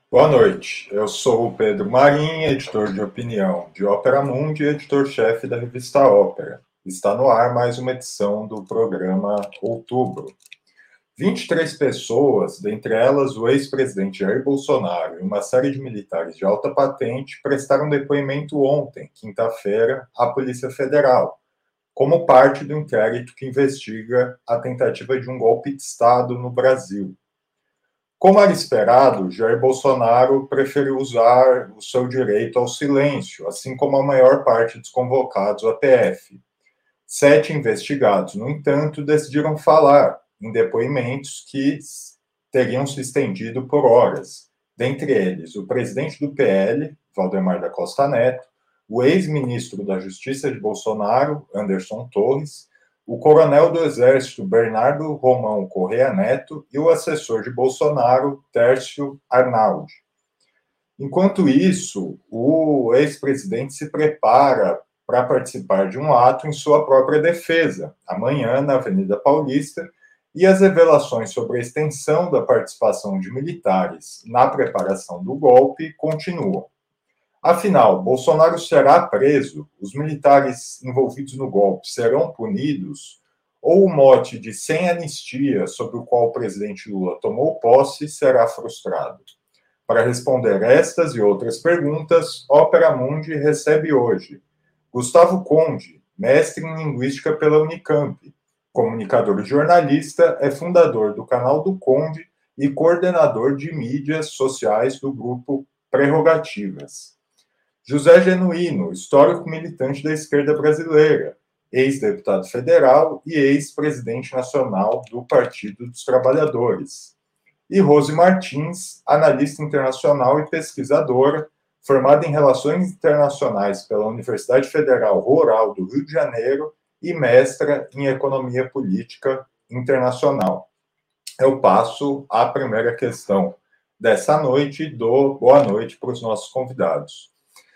Boa noite, eu sou o Pedro Marim, editor de opinião de Ópera Mundi e editor-chefe da revista Ópera. Está no ar mais uma edição do programa Outubro. 23 pessoas, dentre elas o ex-presidente Jair Bolsonaro e uma série de militares de alta patente, prestaram depoimento ontem, quinta-feira, à Polícia Federal, como parte do inquérito que investiga a tentativa de um golpe de Estado no Brasil. Como era esperado, Jair Bolsonaro preferiu usar o seu direito ao silêncio, assim como a maior parte dos convocados à PF. 7 investigados, no entanto, decidiram falar em depoimentos que teriam se estendido por horas. Dentre eles, o presidente do PL, Valdemar da Costa Neto, o ex-ministro da Justiça de Bolsonaro, Anderson Torres, o coronel do Exército, Bernardo Romão Correia Neto, e o assessor de Bolsonaro, Tércio Arnaldi. Enquanto isso, o ex-presidente se prepara para participar de um ato em sua própria defesa, amanhã na Avenida Paulista, e as revelações sobre a extensão da participação de militares na preparação do golpe continuam. Afinal, Bolsonaro será preso, os militares envolvidos no golpe serão punidos, ou o mote de sem anistia sobre o qual o presidente Lula tomou posse será frustrado? Para responder estas e outras perguntas, Ópera Mundi recebe hoje Gustavo Conde, mestre em Linguística pela Unicamp, comunicador e jornalista, é fundador do canal do Conde e coordenador de mídias sociais do grupo Prerrogativas. José Genuíno, histórico militante da esquerda brasileira, ex-deputado federal e ex-presidente nacional do Partido dos Trabalhadores. E Rose Martins, analista internacional e pesquisadora, formada em Relações Internacionais pela Universidade Federal Rural do Rio de Janeiro e mestra em Economia Política Internacional. Eu passo à primeira questão dessa noite e dou boa noite para os nossos convidados.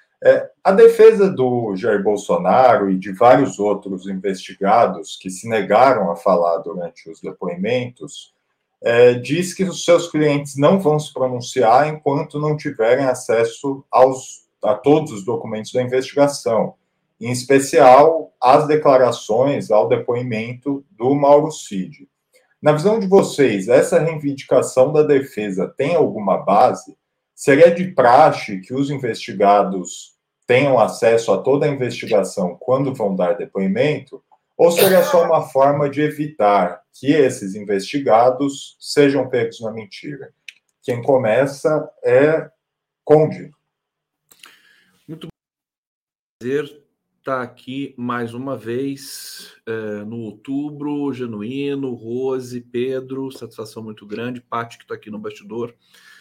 A defesa do Jair Bolsonaro e de vários outros investigados que se negaram a falar durante os depoimentos diz que os seus clientes não vão se pronunciar enquanto não tiverem acesso a todos os documentos da investigação, em especial as declarações ao depoimento do Mauro Cid. Na visão de vocês, essa reivindicação da defesa tem alguma base? Seria de praxe que os investigados tenham acesso a toda a investigação quando vão dar depoimento? Ou seria só uma forma de evitar que esses investigados sejam pegos na mentira? Quem começa é Conde. Muito prazer estar aqui mais uma vez no Outubro. Genuíno, Rose, Pedro, satisfação muito grande. Paty, que está aqui no bastidor.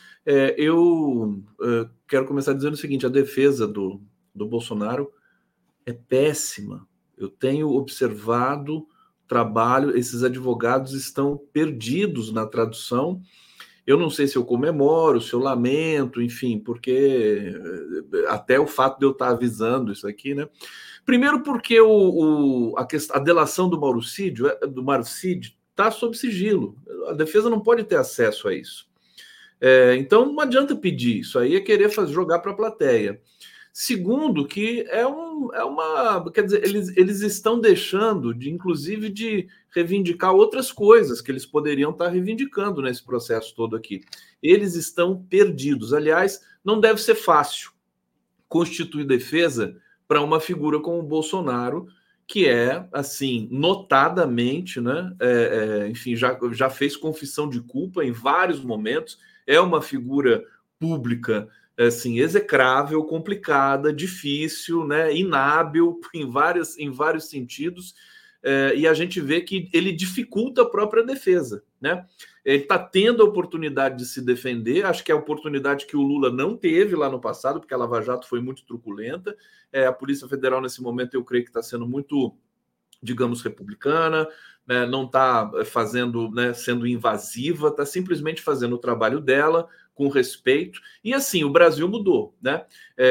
Eu quero começar dizendo o seguinte: a defesa do Bolsonaro é péssima. Eu tenho observado o trabalho, esses advogados estão perdidos na tradução. Eu não sei se eu comemoro, se eu lamento, enfim, porque até o fato de eu estar avisando isso aqui, né? Primeiro porque a delação do Mauro Cid está sob sigilo. A defesa não pode ter acesso a isso. Então não adianta pedir, isso aí é querer jogar para a plateia. Segundo, que quer dizer, eles estão deixando inclusive de reivindicar outras coisas que eles poderiam estar reivindicando nesse processo todo aqui. Eles estão perdidos. Aliás, não deve ser fácil constituir defesa para uma figura como o Bolsonaro, que é, assim, notadamente, né? Enfim, já fez confissão de culpa em vários momentos, é uma figura pública, assim, execrável, complicada, difícil, né, inábil em vários sentidos, e a gente vê que ele dificulta a própria defesa, né? Ele está tendo a oportunidade de se defender, acho que é a oportunidade que o Lula não teve lá no passado, porque a Lava Jato foi muito truculenta. A Polícia Federal, nesse momento, eu creio que está sendo muito, digamos, republicana, né? Não está fazendo, né, sendo invasiva, está simplesmente fazendo o trabalho dela com respeito. E assim, o Brasil mudou, né?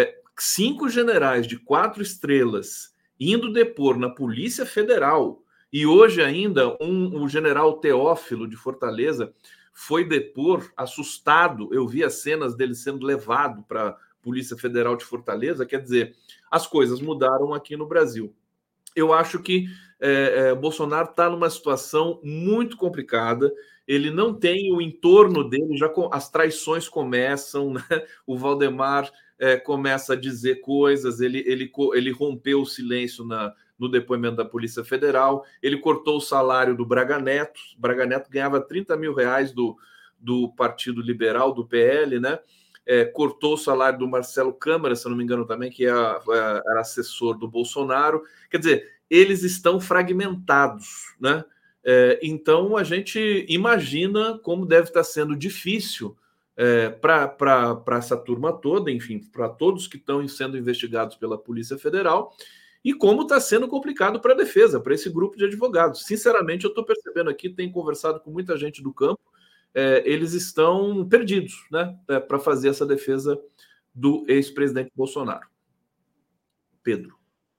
5 generais de 4 estrelas indo depor na Polícia Federal, e hoje ainda o general Teófilo de Fortaleza foi depor assustado. Eu vi as cenas dele sendo levado para a Polícia Federal de Fortaleza. Quer dizer, as coisas mudaram aqui no Brasil. Eu acho que Bolsonaro está numa situação muito complicada. Ele não tem o entorno dele, as traições começam, né? O Valdemar começa a dizer coisas, ele rompeu o silêncio no depoimento da Polícia Federal, ele cortou o salário do Braga Neto. Braga Neto ganhava 30 mil reais do Partido Liberal, do PL, né? Cortou o salário do Marcelo Câmara, se eu não me engano também, que era assessor do Bolsonaro. Quer dizer, eles estão fragmentados, né? Então, a gente imagina como deve estar sendo difícil para essa turma toda, enfim, para todos que estão sendo investigados pela Polícia Federal, e como está sendo complicado para a defesa, para esse grupo de advogados. Sinceramente, eu estou percebendo aqui, tenho conversado com muita gente do campo, eles estão perdidos, né, para fazer essa defesa do ex-presidente Bolsonaro. Pedro.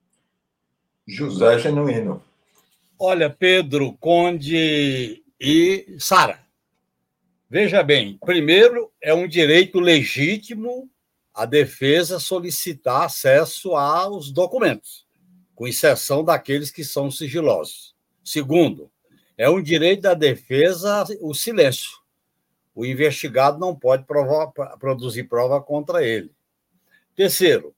José Genuíno. Olha, Pedro, Conde e Sara, veja bem, primeiro, é um direito legítimo a defesa solicitar acesso aos documentos, com exceção daqueles que são sigilosos. Segundo, é um direito da defesa o silêncio. O investigado não pode produzir prova contra ele. Terceiro,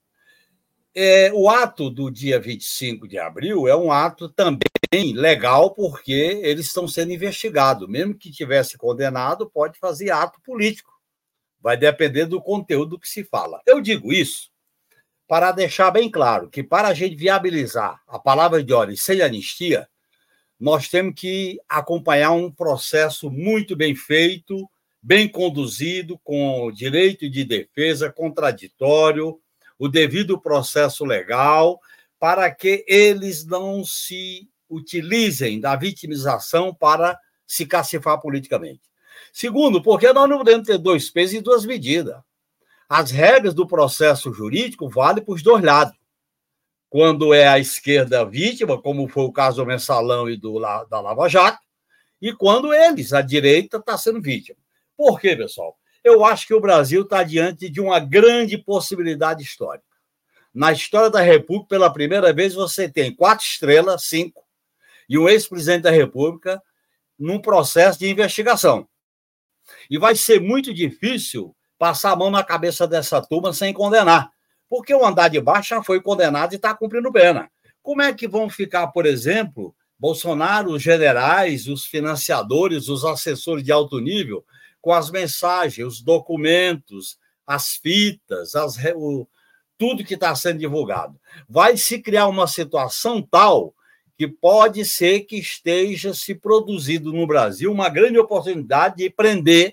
o ato do dia 25 de abril é um ato também legal, porque eles estão sendo investigados. Mesmo que tivesse condenado, pode fazer ato político. Vai depender do conteúdo que se fala. Eu digo isso para deixar bem claro que, para a gente viabilizar a palavra de ordem sem anistia, nós temos que acompanhar um processo muito bem feito, bem conduzido, com direito de defesa, contraditório, o devido processo legal, para que eles não se utilizem da vitimização para se cacifar politicamente. Segundo, porque nós não podemos ter dois pesos e duas medidas. As regras do processo jurídico valem para os dois lados. Quando é a esquerda vítima, como foi o caso do Mensalão e da Lava Jato, e quando eles, a direita, está sendo vítima. Por quê, pessoal? Eu acho que o Brasil está diante de uma grande possibilidade histórica. Na história da República, pela primeira vez, você tem 4 estrelas, 5, e um ex-presidente da República num processo de investigação. E vai ser muito difícil passar a mão na cabeça dessa turma sem condenar, porque o andar de baixo já foi condenado e está cumprindo pena. Como é que vão ficar, por exemplo, Bolsonaro, os generais, os financiadores, os assessores de alto nível, com as mensagens, os documentos, as fitas, tudo que está sendo divulgado? Vai se criar uma situação tal que pode ser que esteja se produzindo no Brasil uma grande oportunidade de prender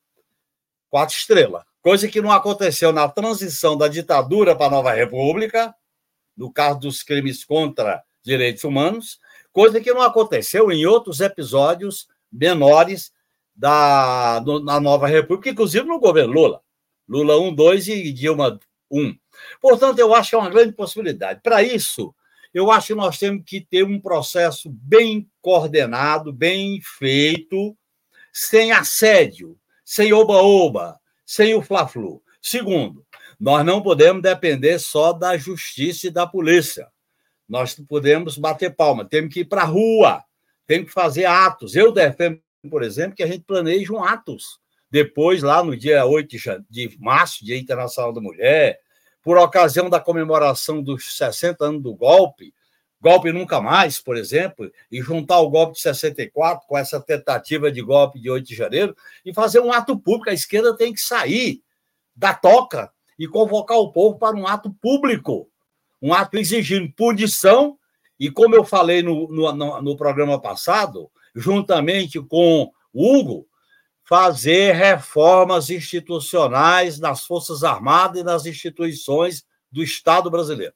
4 estrelas, coisa que não aconteceu na transição da ditadura para a nova república, no caso dos crimes contra direitos humanos, coisa que não aconteceu em outros episódios menores na nova república, inclusive no governo Lula. Lula 1, 2 e Dilma 1. Portanto, eu acho que é uma grande possibilidade. Para isso, eu acho que nós temos que ter um processo bem coordenado, bem feito, sem assédio, sem oba-oba, sem o fla-flu. Segundo, nós não podemos depender só da justiça e da polícia. Nós podemos bater palma, temos que ir para a rua, temos que fazer atos. Eu defendo, por exemplo, que a gente planeje um atos. Depois, lá no dia 8 de março, Dia Internacional da Mulher, por ocasião da comemoração dos 60 anos do golpe nunca mais, por exemplo, e juntar o golpe de 64 com essa tentativa de golpe de 8 de janeiro e fazer um ato público. A esquerda tem que sair da toca e convocar o povo para um ato público, um ato exigindo punição e, como eu falei no programa passado, juntamente com o Hugo, fazer reformas institucionais nas Forças Armadas e nas instituições do Estado brasileiro.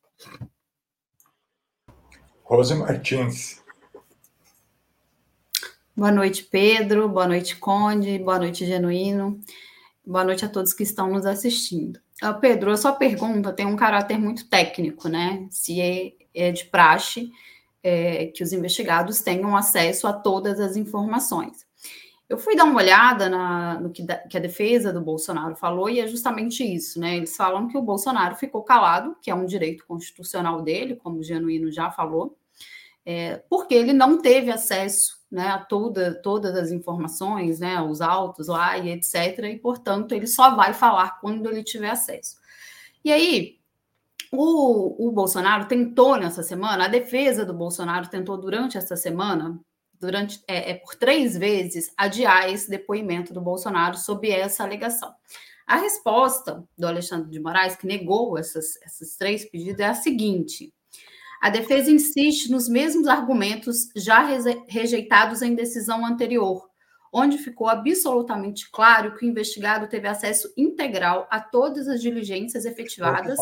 Rose Martins. Boa noite, Pedro. Boa noite, Conde. Boa noite, Genuíno. Boa noite a todos que estão nos assistindo. Pedro, a sua pergunta tem um caráter muito técnico, né? Se é de praxe que os investigados tenham acesso a todas as informações. Eu fui dar uma olhada no que a defesa do Bolsonaro falou, e é justamente isso, né? Eles falam que o Bolsonaro ficou calado, que é um direito constitucional dele, como o Genuíno já falou, porque ele não teve acesso, né, a todas as informações, né, os autos lá e etc., e, portanto, ele só vai falar quando ele tiver acesso. E aí, o Bolsonaro tentou nessa semana, a defesa do Bolsonaro tentou durante essa semana, por 3 vezes, adiar esse depoimento do Bolsonaro sob essa alegação. A resposta do Alexandre de Moraes, que negou esses 3 pedidos, é a seguinte: a defesa insiste nos mesmos argumentos já rejeitados em decisão anterior, onde ficou absolutamente claro que o investigado teve acesso integral a todas as diligências efetivadas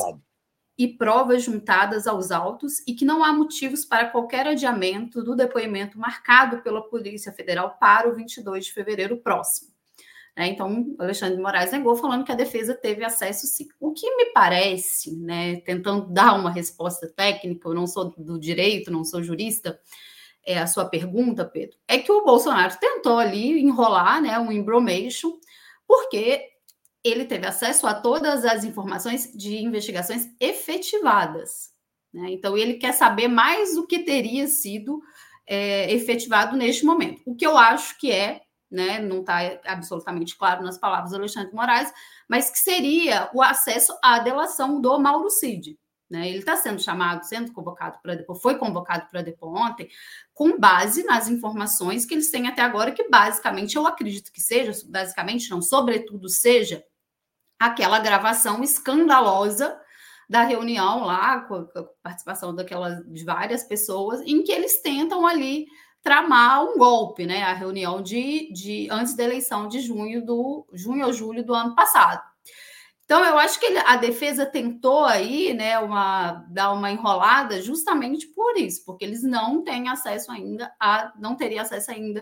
e provas juntadas aos autos, e que não há motivos para qualquer adiamento do depoimento marcado pela Polícia Federal para o 22 de fevereiro próximo. Então, Alexandre de Moraes negou, falando que a defesa teve acesso sim. O que me parece, né, tentando dar uma resposta técnica, eu não sou do direito, não sou jurista, a sua pergunta, Pedro, é que o Bolsonaro tentou ali enrolar, né, um embromation, porque ele teve acesso a todas as informações de investigações efetivadas, né? Então, ele quer saber mais do que teria sido efetivado neste momento. O que eu acho que né, não está absolutamente claro nas palavras do Alexandre de Moraes, mas que seria o acesso à delação do Mauro Cid. Né? Ele está sendo convocado para depor, foi convocado para depor ontem, com base nas informações que eles têm até agora, que basicamente eu acredito que seja, basicamente não, sobretudo seja, aquela gravação escandalosa da reunião lá, com a participação de várias pessoas, em que eles tentam ali tramar um golpe, né? A reunião antes da eleição de junho ou julho do ano passado. Então, eu acho que a defesa tentou aí, né, dar uma enrolada justamente por isso, porque eles não têm acesso ainda não teriam acesso ainda,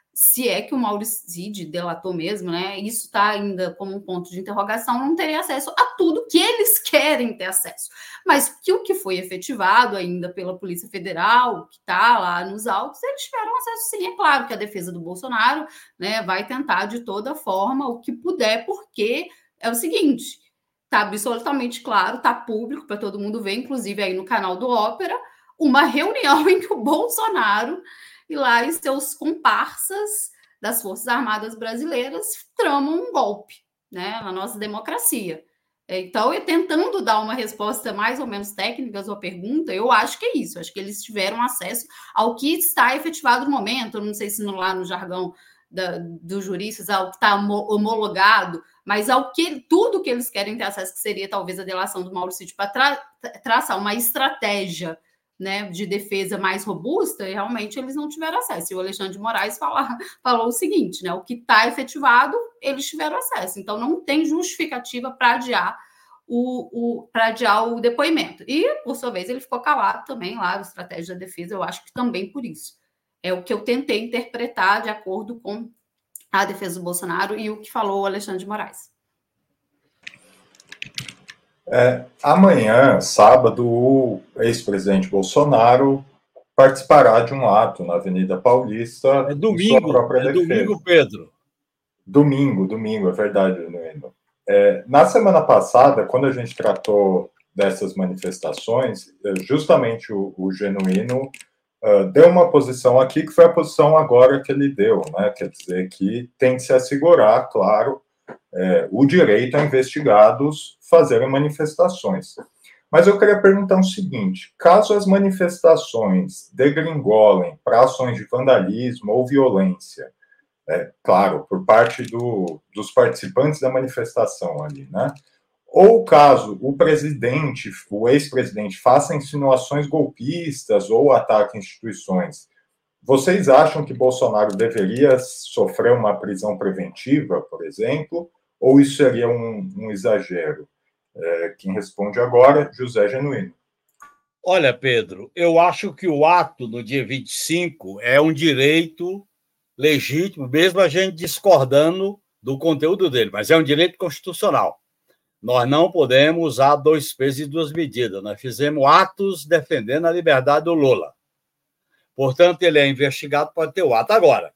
se é que o Mauro Cid delatou mesmo, né? Isso está ainda como um ponto de interrogação, não teria acesso a tudo que eles querem ter acesso. Mas que o que foi efetivado ainda pela Polícia Federal, que está lá nos autos, eles tiveram acesso sim. É claro que a defesa do Bolsonaro, né, vai tentar de toda forma o que puder, porque é o seguinte, está absolutamente claro, está público para todo mundo ver, inclusive aí no canal do Ópera, uma reunião em que o Bolsonaro e lá e seus comparsas das Forças Armadas Brasileiras tramam um golpe, né, na nossa democracia. Então, tentando dar uma resposta mais ou menos técnica à sua pergunta, eu acho que é isso. Acho que eles tiveram acesso ao que está efetivado no momento. Eu não sei se lá no jargão dos juristas, ao que está homologado, mas tudo que eles querem ter acesso, que seria talvez a delação do Mauro Cid, para traçar uma estratégia, né, de defesa mais robusta, e realmente eles não tiveram acesso. E o Alexandre de Moraes falou o seguinte, né, o que está efetivado, eles tiveram acesso. Então, não tem justificativa para adiar o depoimento. E, por sua vez, ele ficou calado também lá, a estratégia da defesa, eu acho que também por isso. É o que eu tentei interpretar de acordo com a defesa do Bolsonaro e o que falou o Alexandre de Moraes. Amanhã, sábado, o ex-presidente Bolsonaro participará de um ato na Avenida Paulista. Domingo, em sua própria defesa. Domingo, Pedro. Domingo, é verdade, Genuíno. Na semana passada, quando a gente tratou dessas manifestações, justamente o Genuíno deu uma posição aqui, que foi a posição agora que ele deu, né? Quer dizer que tem que se assegurar, claro, o direito a investigados fazerem manifestações. Mas eu queria perguntar o seguinte: caso as manifestações degringolem para ações de vandalismo ou violência, claro, por parte dos participantes da manifestação ali, né? Ou caso o ex-presidente faça insinuações golpistas ou ataque instituições, vocês acham que Bolsonaro deveria sofrer uma prisão preventiva, por exemplo, ou isso seria um exagero? Quem responde agora, José Genuíno. Olha, Pedro, eu acho que o ato no dia 25 é um direito legítimo, mesmo a gente discordando do conteúdo dele, mas é um direito constitucional. Nós não podemos usar 2 pesos e 2 medidas. Nós fizemos atos defendendo a liberdade do Lula. Portanto, ele é investigado, pode ter o ato. Agora,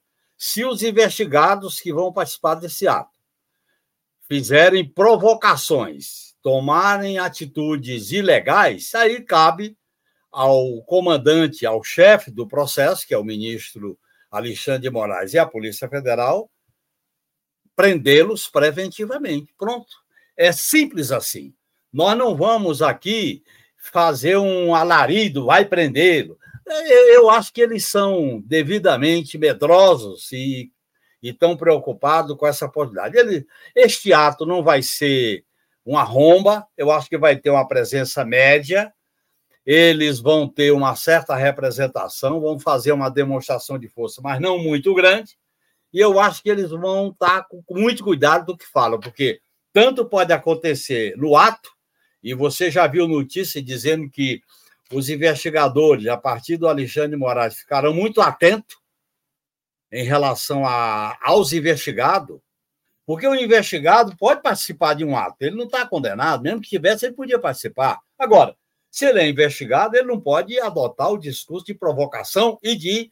se os investigados que vão participar desse ato fizerem provocações, tomarem atitudes ilegais, aí cabe ao comandante, ao chefe do processo, que é o ministro Alexandre de Moraes, e a Polícia Federal, prendê-los preventivamente. Pronto. É simples assim. Nós não vamos aqui fazer um alarido, vai prendê-lo. Eu acho que eles são devidamente medrosos e estão preocupados com essa possibilidade. Este ato não vai ser uma romba, eu acho que vai ter uma presença média, eles vão ter uma certa representação, vão fazer uma demonstração de força, mas não muito grande, e eu acho que eles vão estar com muito cuidado do que falam, porque tanto pode acontecer no ato, e você já viu notícia dizendo que os investigadores, a partir do Alexandre de Moraes, ficaram muito atentos em relação aos investigados, porque o investigado pode participar de um ato, ele não está condenado, mesmo que tivesse, ele podia participar. Agora, se ele é investigado, ele não pode adotar o discurso de provocação e de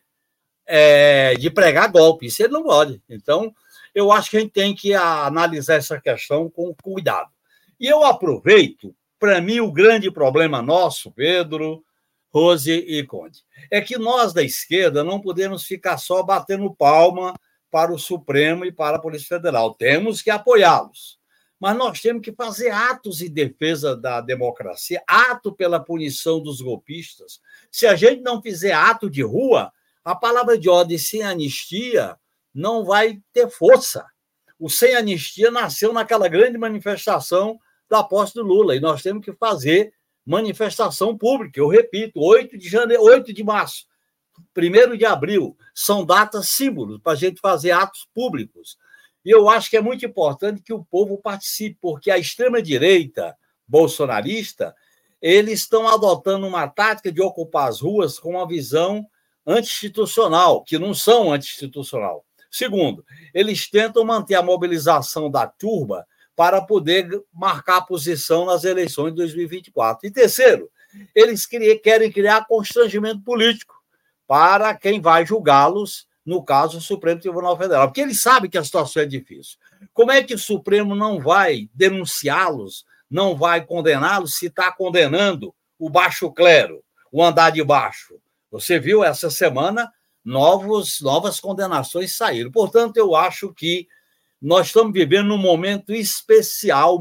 pregar golpe, isso ele não pode. Então, eu acho que a gente tem que analisar essa questão com cuidado. E eu aproveito, para mim, o grande problema nosso, Pedro, Rose e Conde, é que nós da esquerda não podemos ficar só batendo palma para o Supremo e para a Polícia Federal. Temos que apoiá-los. Mas nós temos que fazer atos em defesa da democracia, ato pela punição dos golpistas. Se a gente não fizer ato de rua, a palavra de ordem sem anistia não vai ter força. O sem anistia nasceu naquela grande manifestação da posse do Lula, e nós temos que fazer manifestação pública. Eu repito, 8 de março, 1º de abril, são datas símbolos para a gente fazer atos públicos. E eu acho que é muito importante que o povo participe, porque a extrema-direita bolsonarista, eles estão adotando uma tática de ocupar as ruas com uma visão anti-institucional, que não são anti-institucional. Segundo, eles tentam manter a mobilização da turba para poder marcar a posição nas eleições de 2024. E terceiro, eles querem criar constrangimento político para quem vai julgá-los, no caso, o Supremo Tribunal Federal, porque eles sabem que a situação é difícil. Como é que o Supremo não vai denunciá-los, não vai condená-los, se está condenando o baixo clero, o andar de baixo? Você viu essa semana, novas condenações saíram. Portanto, eu acho que nós estamos vivendo num momento especial,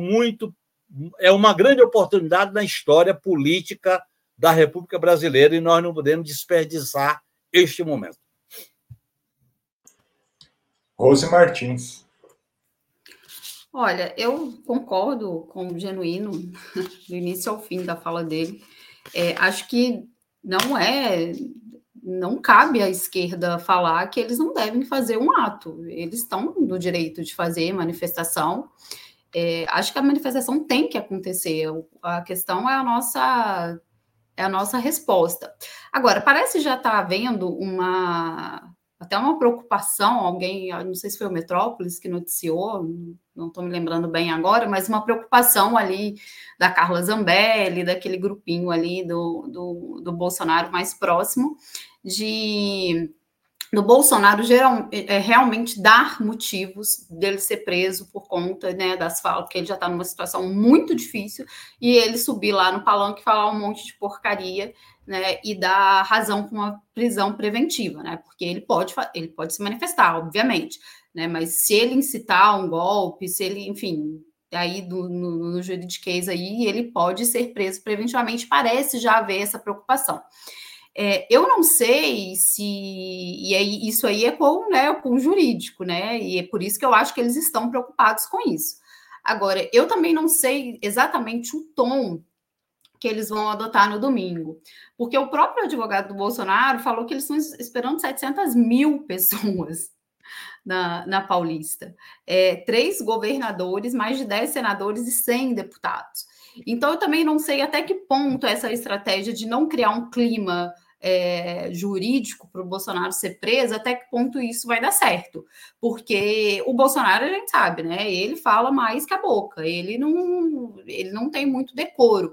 é uma grande oportunidade na história política da República Brasileira e nós não podemos desperdiçar este momento. Rose Martins. Olha, eu concordo com o Genuíno, do início ao fim da fala dele. Acho que não cabe à esquerda falar que eles não devem fazer um ato. Eles estão no direito de fazer manifestação. Acho que a manifestação tem que acontecer. A questão é a nossa resposta. Agora, parece já estar havendo até uma preocupação, alguém, não sei se foi o Metrópolis que noticiou, não estou me lembrando bem agora, mas uma preocupação ali da Carla Zambelli, daquele grupinho ali do Bolsonaro mais próximo, do Bolsonaro realmente dar motivos dele ser preso por conta, né, das falas, porque ele já está numa situação muito difícil, e ele subir lá no palanque e falar um monte de porcaria, né, e dar razão com uma prisão preventiva, né, porque ele pode se manifestar, obviamente, né, mas se ele incitar um golpe, se ele, enfim, aí no juridiquês aí, ele pode ser preso preventivamente, parece já haver essa preocupação. Eu não sei se... E aí, isso aí é com o jurídico, né? E é por isso que eu acho que eles estão preocupados com isso. Agora, eu também não sei exatamente o tom que eles vão adotar no domingo, porque o próprio advogado do Bolsonaro falou que eles estão esperando 700 mil pessoas na Paulista. 3 governadores, mais de 10 senadores e 100 deputados. Então, eu também não sei até que ponto essa estratégia de não criar um clima jurídico para o Bolsonaro ser preso, até que ponto isso vai dar certo. Porque o Bolsonaro, a gente sabe, né? Ele fala mais que a boca, ele não tem muito decoro.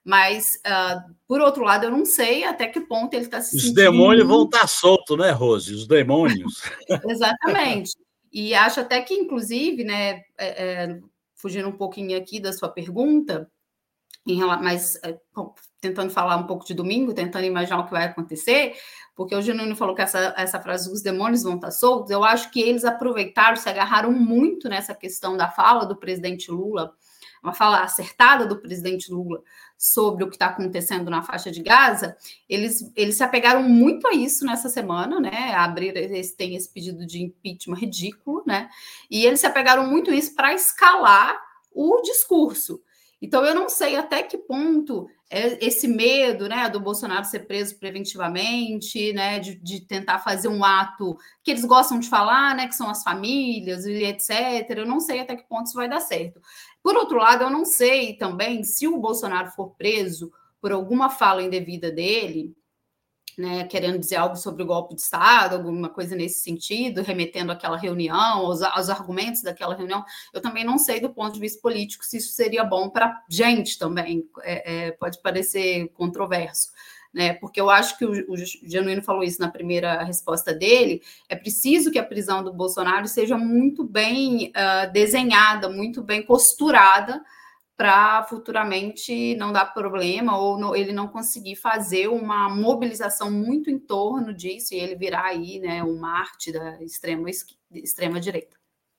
Mas, por outro lado, eu não sei até que ponto ele está se sentindo... Os demônios vão estar soltos, né, Rose? Os demônios. Exatamente. E acho até que, inclusive, né, fugindo um pouquinho aqui da sua pergunta, mas tentando falar um pouco de domingo, tentando imaginar o que vai acontecer, porque o Genuíno falou que essa frase, os demônios vão estar soltos, eu acho que eles aproveitaram, se agarraram muito nessa questão da fala do presidente Lula, uma fala acertada do presidente Lula sobre o que está acontecendo na faixa de Gaza. Eles se apegaram muito a isso nessa semana, né? Tem esse pedido de impeachment ridículo, né? E eles se apegaram muito a isso para escalar o discurso. Então, eu não sei até que ponto esse medo, né, do Bolsonaro ser preso preventivamente, né, de tentar fazer um ato que eles gostam de falar, né, que são as famílias e etc. Eu não sei até que ponto isso vai dar certo. Por outro lado, eu não sei também se o Bolsonaro for preso por alguma fala indevida dele, né, querendo dizer algo sobre o golpe de Estado, alguma coisa nesse sentido, remetendo àquela reunião, aos argumentos daquela reunião, eu também não sei do ponto de vista político se isso seria bom para a gente também, pode parecer controverso, né, porque eu acho que o Genuíno falou isso na primeira resposta dele, é preciso que a prisão do Bolsonaro seja muito bem desenhada, muito bem costurada, para futuramente não dar problema ou ele não conseguir fazer uma mobilização muito em torno disso e ele virar aí, né, um Marte da extrema direita.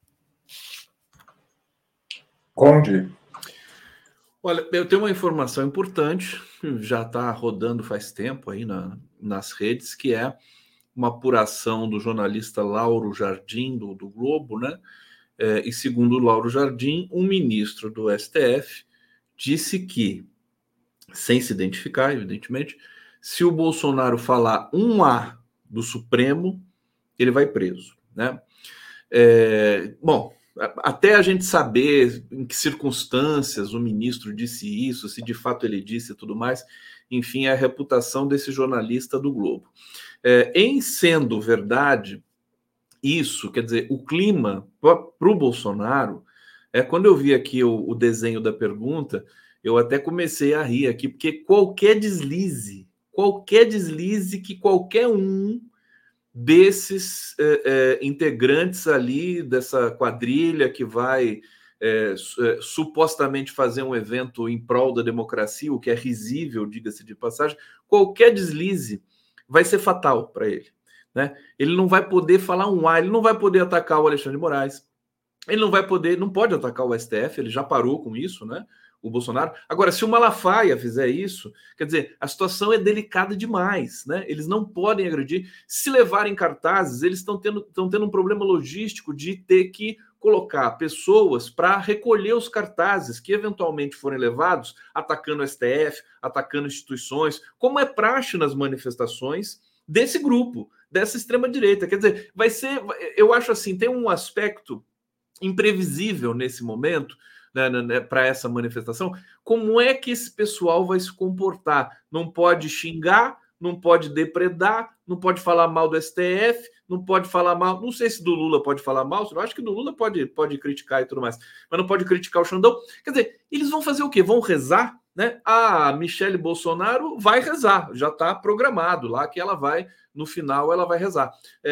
Conde. Olha, eu tenho uma informação importante, já está rodando faz tempo aí nas redes, que é uma apuração do jornalista Lauro Jardim, do Globo, né? E segundo Lauro Jardim, um ministro do STF disse que, sem se identificar, evidentemente, se o Bolsonaro falar um A do Supremo, ele vai preso, né? Bom, até a gente saber em que circunstâncias o ministro disse isso, se de fato ele disse e tudo mais, enfim, é a reputação desse jornalista do Globo. Em sendo verdade isso, quer dizer, o clima para o Bolsonaro, quando eu vi aqui o desenho da pergunta, eu até comecei a rir aqui, porque qualquer deslize que qualquer um desses integrantes ali dessa quadrilha que vai supostamente fazer um evento em prol da democracia, o que é risível, diga-se de passagem, qualquer deslize vai ser fatal para ele. Né? Ele não vai poder falar um A, ele não vai poder atacar o Alexandre de Moraes, ele não pode atacar o STF, ele já parou com isso, né? O Bolsonaro. Agora, se o Malafaia fizer isso, quer dizer, a situação é delicada demais, né? Eles não podem agredir. Se levarem cartazes, eles estão tendo um problema logístico de ter que colocar pessoas para recolher os cartazes que eventualmente forem levados, atacando o STF, atacando instituições, como é praxe nas manifestações desse grupo, dessa extrema-direita. Quer dizer, eu acho assim, tem um aspecto imprevisível nesse momento, né, para essa manifestação. Como é que esse pessoal vai se comportar? Não pode xingar, não pode depredar, não pode falar mal do STF, não pode falar mal, não sei se do Lula pode falar mal, eu acho que do Lula pode criticar e tudo mais, mas não pode criticar o Xandão. Quer dizer, eles vão fazer o quê? Vão rezar? Né? A Michele Bolsonaro vai rezar, já está programado lá que ela vai, no final, ela vai rezar.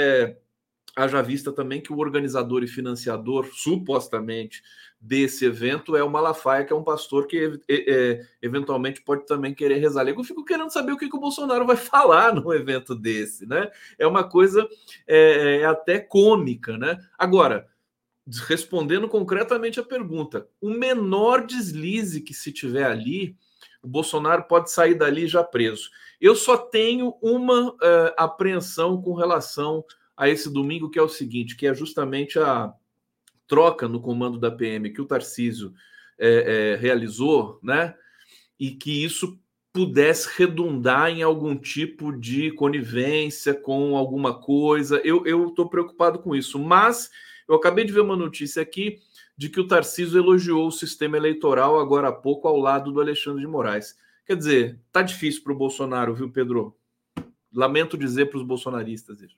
Haja vista também que o organizador e financiador, supostamente, desse evento é o Malafaia, que é um pastor que eventualmente pode também querer rezar. Eu fico querendo saber o que o Bolsonaro vai falar num evento desse, né? É uma coisa até cômica, né? Agora, respondendo concretamente a pergunta, o menor deslize que se tiver ali, o Bolsonaro pode sair dali já preso. Eu só tenho uma apreensão com relação a esse domingo, que é o seguinte, que é justamente a troca no comando da PM que o Tarcísio realizou, né? E que isso pudesse redundar em algum tipo de conivência com alguma coisa. Eu estou preocupado com isso, mas eu acabei de ver uma notícia aqui de que o Tarcísio elogiou o sistema eleitoral agora há pouco ao lado do Alexandre de Moraes. Quer dizer, tá difícil para o Bolsonaro, viu, Pedro? Lamento dizer para os bolsonaristas isso.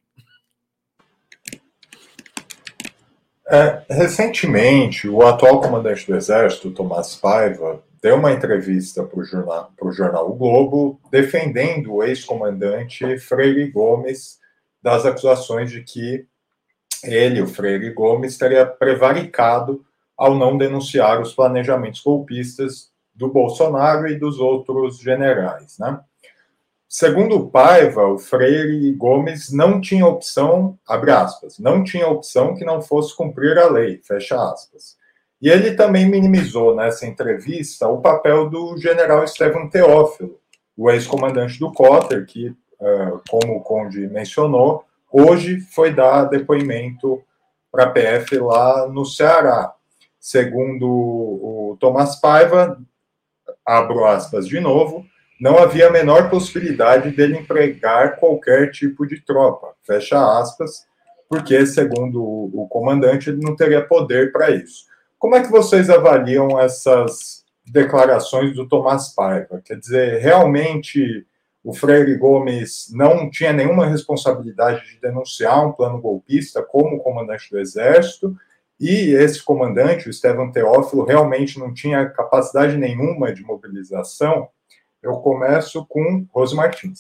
Recentemente, o atual comandante do Exército, Tomás Paiva, deu uma entrevista para o jornal O Globo, defendendo o ex-comandante Freire Gomes das acusações de que ele, o Freire Gomes, teria prevaricado ao não denunciar os planejamentos golpistas do Bolsonaro e dos outros generais, né? Segundo o Paiva, o Freire Gomes não tinha opção, abre aspas, não tinha opção que não fosse cumprir a lei, fecha aspas. E ele também minimizou nessa entrevista o papel do general Estevão Teófilo, o ex-comandante do Cotter, que, como o Conde mencionou, hoje foi dar depoimento para a PF lá no Ceará. Segundo o Tomás Paiva, abro aspas de novo, não havia a menor possibilidade dele empregar qualquer tipo de tropa, fecha aspas, porque, segundo o comandante, ele não teria poder para isso. Como é que vocês avaliam essas declarações do Tomás Paiva? Quer dizer, realmente o Freire Gomes não tinha nenhuma responsabilidade de denunciar um plano golpista como comandante do Exército, e esse comandante, o Estevão Teófilo, realmente não tinha capacidade nenhuma de mobilização? Eu começo com Rose Martins.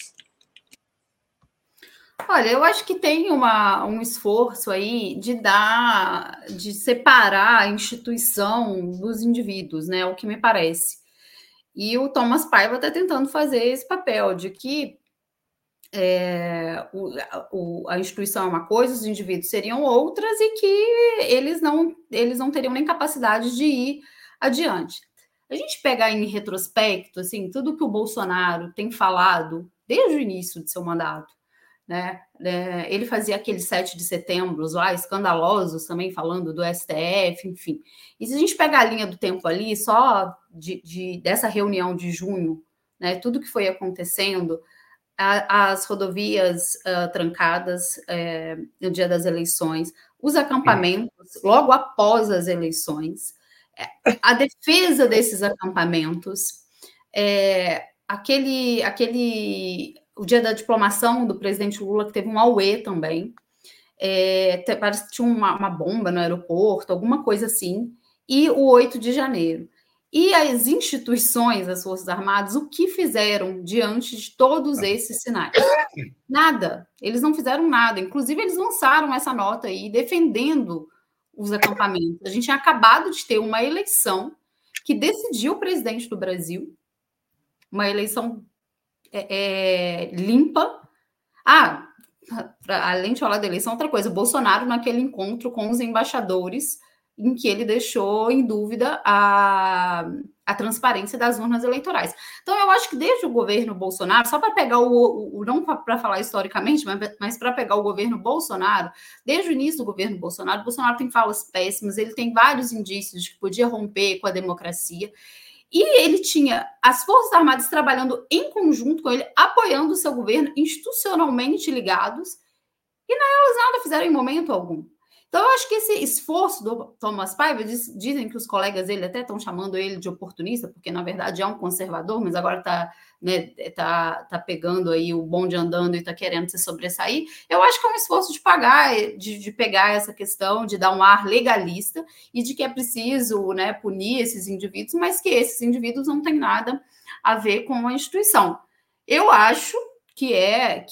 Olha, eu acho que tem um esforço aí de separar a instituição dos indivíduos, né? O que me parece. E o Thomas Paiva está tentando fazer esse papel de que a instituição é uma coisa, os indivíduos seriam outras e que eles não teriam nem capacidade de ir adiante. A gente pegar em retrospecto, assim, tudo que o Bolsonaro tem falado desde o início de seu mandato, né? Ele fazia aqueles 7 de setembro lá, escandalosos também, falando do STF, enfim. E se a gente pegar a linha do tempo ali, só dessa reunião de junho, né, tudo que foi acontecendo, as rodovias trancadas no dia das eleições, os acampamentos logo após as eleições, a defesa desses acampamentos, o dia da diplomação do presidente Lula, que teve um auê também, parece que tinha uma bomba no aeroporto, alguma coisa assim, e o 8 de janeiro. E as instituições, as Forças Armadas, o que fizeram diante de todos esses sinais? Nada. Eles não fizeram nada. Inclusive, eles lançaram essa nota aí defendendo os acampamentos. A gente tinha acabado de ter uma eleição que decidiu o presidente do Brasil, uma eleição limpa. Além de falar da eleição, outra coisa, o Bolsonaro, naquele encontro com os embaixadores, em que ele deixou em dúvida a transparência das urnas eleitorais. Então, eu acho que desde o governo Bolsonaro, só para pegar não para falar historicamente, mas para pegar o governo Bolsonaro, desde o início do governo Bolsonaro tem falas péssimas, ele tem vários indícios de que podia romper com a democracia, e ele tinha as Forças Armadas trabalhando em conjunto com ele, apoiando o seu governo, institucionalmente ligados, e elas nada fizeram em momento algum. Então, eu acho que esse esforço do Thomas Paiva, dizem que os colegas dele até estão chamando ele de oportunista, porque, na verdade, é um conservador, mas agora tá pegando aí o bonde andando e está querendo se sobressair. Eu acho que é um esforço de pegar essa questão, de dar um ar legalista e de que é preciso, né, punir esses indivíduos, mas que esses indivíduos não têm nada a ver com a instituição. Eu acho que é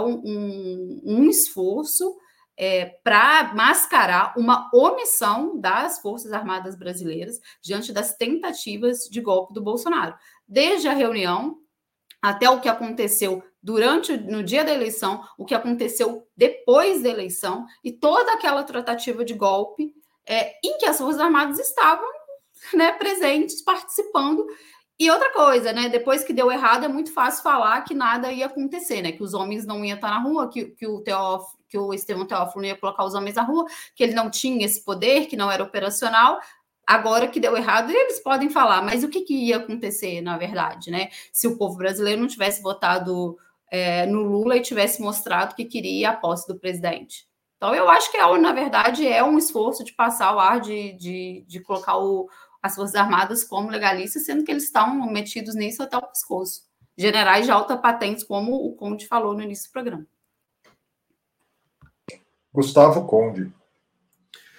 um esforço para mascarar uma omissão das Forças Armadas brasileiras diante das tentativas de golpe do Bolsonaro. Desde a reunião até o que aconteceu no dia da eleição, o que aconteceu depois da eleição e toda aquela tratativa de golpe em que as Forças Armadas estavam, né, presentes, participando. E outra coisa, né? Depois que deu errado, é muito fácil falar que nada ia acontecer, né? Que os homens não iam estar na rua, que o Estevão Teófilo não ia colocar os homens na rua, que ele não tinha esse poder, que não era operacional. Agora que deu errado, eles podem falar, mas o que ia acontecer, na verdade, né? Se o povo brasileiro não tivesse votado no Lula e tivesse mostrado que queria a posse do presidente. Então, eu acho que, na verdade, é um esforço de passar o ar de colocar as Forças Armadas como legalistas, sendo que eles estão metidos nisso até o pescoço. Generais de alta patente, como o Conde falou no início do programa. Gustavo Conde.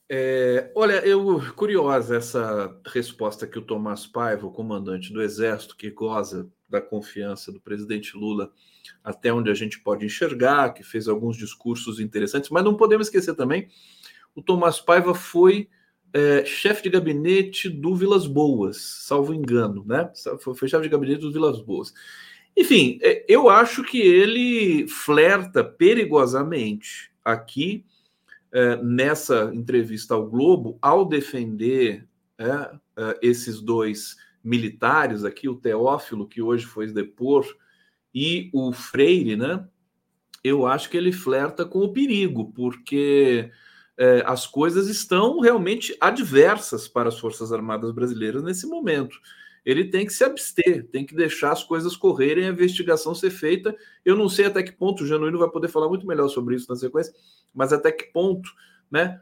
Olha, curiosa essa resposta que o Tomás Paiva, o comandante do Exército, que goza da confiança do presidente Lula, até onde a gente pode enxergar, que fez alguns discursos interessantes, mas não podemos esquecer também, o Tomás Paiva foi chefe de gabinete do Vilas Boas, salvo engano, né? Foi chefe de gabinete do Vilas Boas. Enfim, eu acho que ele flerta perigosamente aqui, nessa entrevista ao Globo, ao defender esses dois militares aqui, o Teófilo, que hoje foi depor, e o Freire, né? Eu acho que ele flerta com o perigo, porque as coisas estão realmente adversas para as Forças Armadas brasileiras nesse momento. Ele tem que se abster, tem que deixar as coisas correrem, a investigação ser feita. Eu não sei até que ponto, o Genuíno vai poder falar muito melhor sobre isso na sequência, mas até que ponto, né,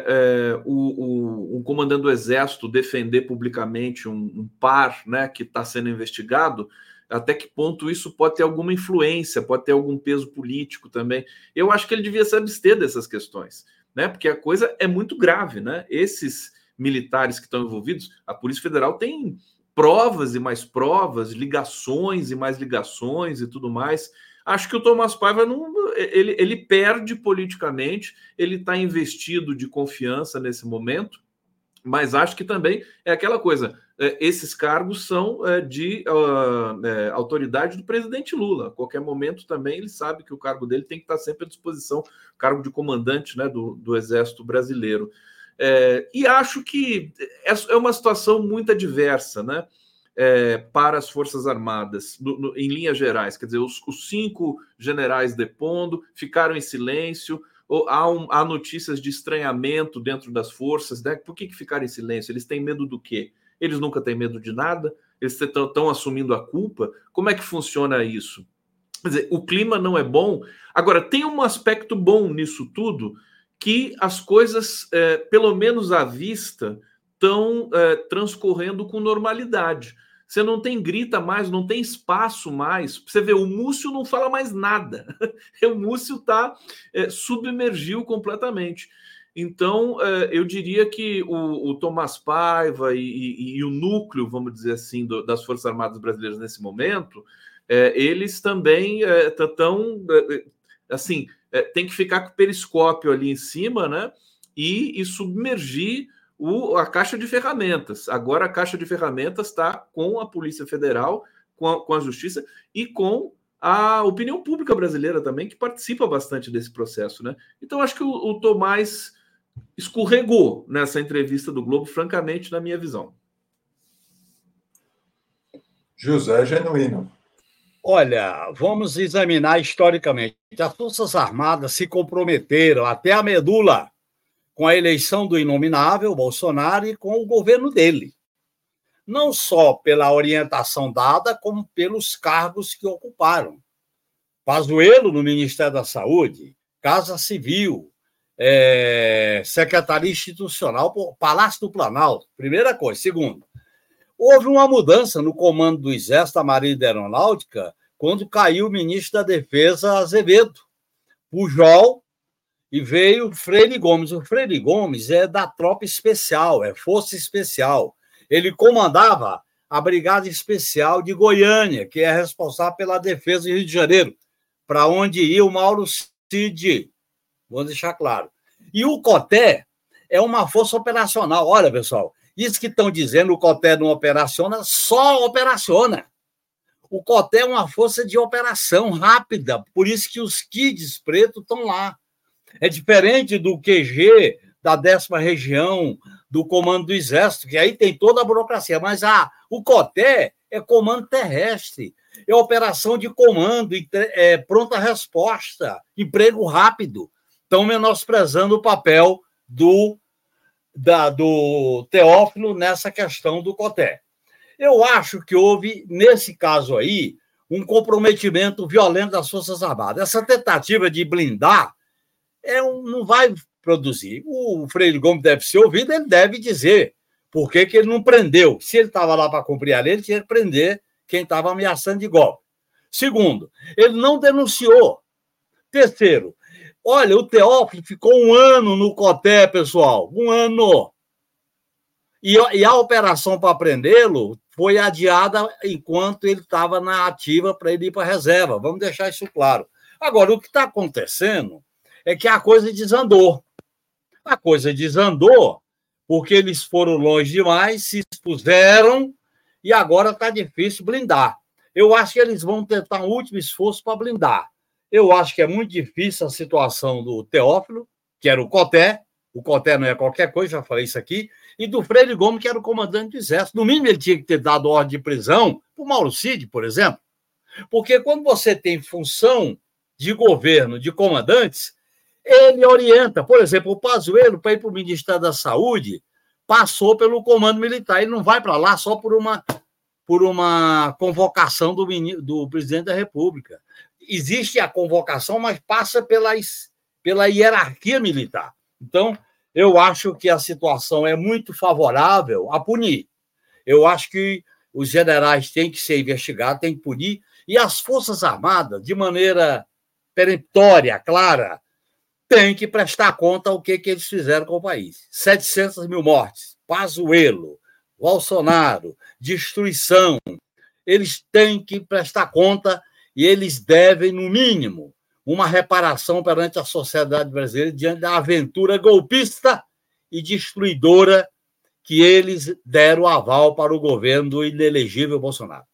um comandante do Exército defender publicamente um par, né, que está sendo investigado, até que ponto isso pode ter alguma influência, pode ter algum peso político também. Eu acho que ele devia se abster dessas questões, né, porque a coisa é muito grave, né? Esses militares que estão envolvidos, a Polícia Federal tem provas e mais provas, ligações e mais ligações e tudo mais. Acho que o Tomás Paiva ele perde politicamente, ele está investido de confiança nesse momento, mas acho que também é aquela coisa, esses cargos são de autoridade do presidente Lula. A qualquer momento também ele sabe que o cargo dele tem que estar sempre à disposição, cargo de comandante, né, do Exército Brasileiro. E acho que é uma situação muito adversa, né, para as Forças Armadas, em linhas gerais. Quer dizer, os 5 generais depondo, ficaram em silêncio, ou há notícias de estranhamento dentro das forças, né? Por que ficaram em silêncio? Eles têm medo do quê? Eles nunca têm medo de nada? Eles estão assumindo a culpa? Como é que funciona isso? Quer dizer, o clima não é bom. Agora, tem um aspecto bom nisso tudo, que as coisas, pelo menos à vista, estão transcorrendo com normalidade. Você não tem grita mais, não tem espaço mais. Você vê, o Múcio não fala mais nada. O Múcio submergiu completamente. Então, eu diria que o Tomás Paiva e o núcleo, vamos dizer assim, das Forças Armadas Brasileiras nesse momento, eles também estão, assim, tem que ficar com o periscópio ali em cima, né? E submergir a caixa de ferramentas. Agora a caixa de ferramentas está com a Polícia Federal, com a Justiça e com a opinião pública brasileira também, que participa bastante desse processo, né? Então acho que o Tomás escorregou nessa entrevista do Globo, francamente, na minha visão. José Genuíno. Olha, vamos examinar historicamente. As Forças Armadas se comprometeram até a medula com a eleição do inominável Bolsonaro e com o governo dele. Não só pela orientação dada, como pelos cargos que ocuparam. Pazuello no Ministério da Saúde, Casa Civil, Secretaria Institucional, Palácio do Planalto, primeira coisa. Segundo, houve uma mudança no comando do Exército, da Marinha e da Aeronáutica, quando caiu o ministro da Defesa, Azevedo. Pujol, e veio o Freire Gomes. O Freire Gomes é da tropa especial, é força especial. Ele comandava a Brigada Especial de Goiânia, que é responsável pela defesa do Rio de Janeiro, para onde ia o Mauro Cid. Vou deixar claro. E o COTÉ é uma força operacional. Olha, pessoal, isso que estão dizendo, o COTÉ não operaciona, só operaciona. O COTÉ é uma força de operação rápida, por isso que os kids pretos estão lá. É diferente do QG, da 10ª Região, do Comando do Exército, que aí tem toda a burocracia, mas o COTÉ é comando terrestre, é operação de comando, pronta resposta, emprego rápido. Estão menosprezando o papel do Teófilo nessa questão do COTÉ. Eu acho que houve, nesse caso aí, um comprometimento violento das Forças Armadas. Essa tentativa de blindar não vai produzir. O Freire Gomes deve ser ouvido, ele deve dizer por que ele não prendeu. Se ele estava lá para cumprir a lei, ele tinha que prender quem estava ameaçando de golpe. Segundo, ele não denunciou. Terceiro, Olha, o Teófilo ficou 1 ano no COTÉ, pessoal. 1 ano. E a operação para prendê-lo foi adiada enquanto ele estava na ativa para ele ir para a reserva. Vamos deixar isso claro. Agora, o que está acontecendo é que a coisa desandou. A coisa desandou porque eles foram longe demais, se expuseram e agora está difícil blindar. Eu acho que eles vão tentar um último esforço para blindar. Eu acho que é muito difícil a situação do Teófilo, que era o COTÉ não é qualquer coisa, já falei isso aqui, e do Freire Gomes, que era o comandante do Exército. No mínimo, ele tinha que ter dado ordem de prisão para o Mauro Cid, por exemplo. Porque quando você tem função de governo, de comandantes, ele orienta. Por exemplo, o Pazuello, para ir para o Ministério da Saúde, passou pelo comando militar. Ele não vai para lá só por uma convocação do presidente da República. Existe a convocação, mas passa pela hierarquia militar. Então, eu acho que a situação é muito favorável a punir. Eu acho que os generais têm que ser investigados, têm que punir, e as Forças Armadas, de maneira peremptória, clara, têm que prestar conta ao que eles fizeram com o país. 700 mil mortes, Pazuello, Bolsonaro, destruição. Eles têm que prestar conta e eles devem, no mínimo, uma reparação perante a sociedade brasileira diante da aventura golpista e destruidora que eles deram aval para o governo do inelegível Bolsonaro.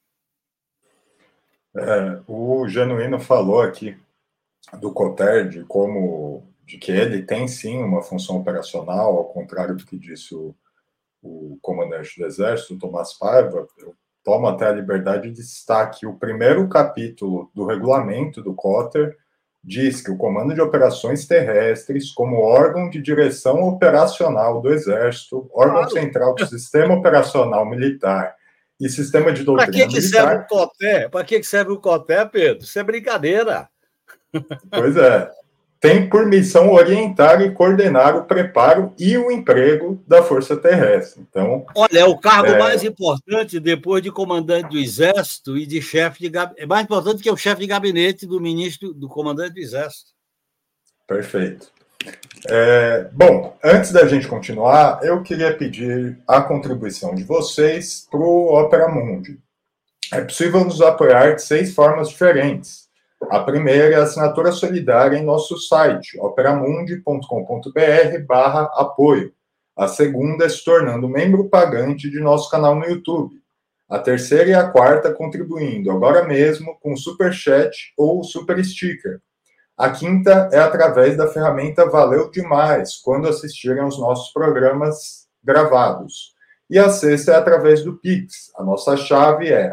O Genuíno falou aqui do COTÉ, de que ele tem sim uma função operacional, ao contrário do que disse o comandante do Exército, Tomás Paiva. Eu tomo até a liberdade de citar que o primeiro capítulo do regulamento do COTÉ diz que o Comando de Operações Terrestres, como órgão de direção operacional do Exército, órgão central do Sistema Operacional Militar e Sistema de Doutrina Militar... Para que serve o COTÉ, Pedro? Isso é brincadeira. Pois é. Tem por missão orientar e coordenar o preparo e o emprego da Força Terrestre. Então, olha, é o cargo mais importante depois de comandante do Exército e de chefe de gabinete. É mais importante que o chefe de gabinete do ministro, do comandante do Exército. Perfeito. Bom, antes da gente continuar, eu queria pedir a contribuição de vocês para o Opera Mundi. É possível nos apoiar de 6 formas diferentes. A primeira é a assinatura solidária em nosso site, operamundi.com.br/apoio. A segunda é se tornando membro pagante de nosso canal no YouTube. A terceira e a quarta contribuindo agora mesmo com Super Chat ou Super Sticker. A quinta é através da ferramenta Valeu Demais, quando assistirem aos nossos programas gravados. E a sexta é através do Pix. A nossa chave é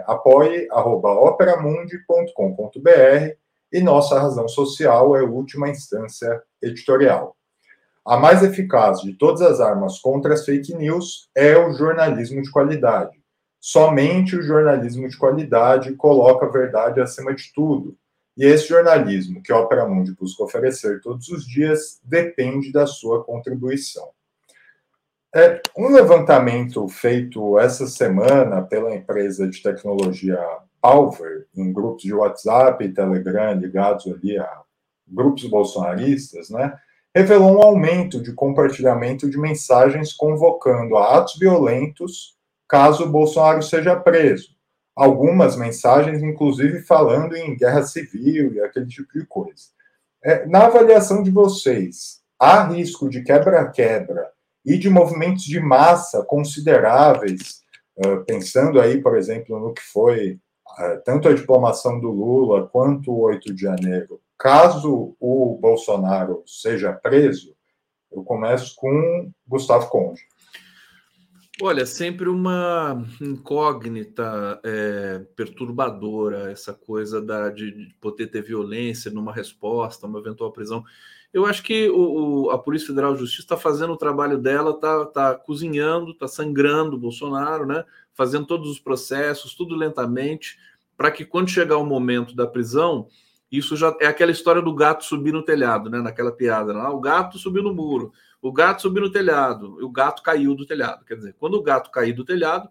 apoie@operamundi.com.br e nossa razão social é Última Instância Editorial. A mais eficaz de todas as armas contra as fake news é o jornalismo de qualidade. Somente o jornalismo de qualidade coloca a verdade acima de tudo. E esse jornalismo que a Opera Mundi busca oferecer todos os dias depende da sua contribuição. Um levantamento feito essa semana pela empresa de tecnologia Palver, em grupos de WhatsApp e Telegram ligados ali a grupos bolsonaristas, né, revelou um aumento de compartilhamento de mensagens convocando a atos violentos caso Bolsonaro seja preso. Algumas mensagens, inclusive, falando em guerra civil e aquele tipo de coisa. Na avaliação de vocês, há risco de quebra-quebra e de movimentos de massa consideráveis, pensando aí, por exemplo, no que foi tanto a diplomação do Lula quanto o 8 de janeiro, caso o Bolsonaro seja preso? Eu começo com Gustavo Conde. Olha, sempre uma incógnita perturbadora essa coisa de poder ter violência numa resposta, uma eventual prisão. Eu acho que a Polícia Federal de Justiça está fazendo o trabalho dela, está cozinhando, está sangrando o Bolsonaro, né? Fazendo todos os processos, tudo lentamente, para que quando chegar o momento da prisão, isso já é aquela história do gato subir no telhado, né? Naquela piada, né? O gato subiu no muro, o gato subiu no telhado, e o gato caiu do telhado. Quer dizer, quando o gato cair do telhado,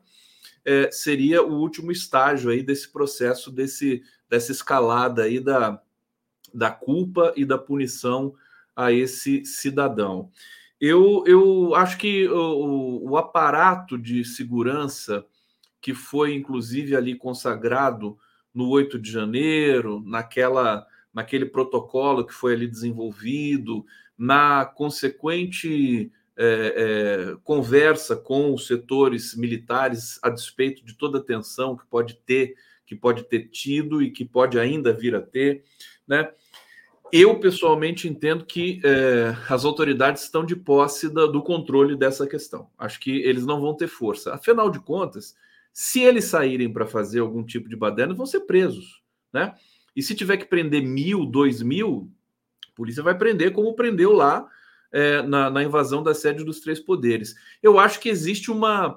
seria o último estágio aí desse processo, dessa escalada aí da culpa e da punição a esse cidadão. Eu acho que o aparato de segurança que foi, inclusive, ali consagrado no 8 de janeiro, naquele protocolo que foi ali desenvolvido, na consequente conversa com os setores militares a despeito de toda a tensão que pode ter tido e que pode ainda vir a ter, né? Eu, pessoalmente, entendo que as autoridades estão de posse do controle dessa questão. Acho que eles não vão ter força. Afinal de contas, se eles saírem para fazer algum tipo de baderna, vão ser presos, né? E se tiver que prender 1.000, 2.000, a polícia vai prender como prendeu lá na invasão da sede dos Três Poderes. Eu acho que existe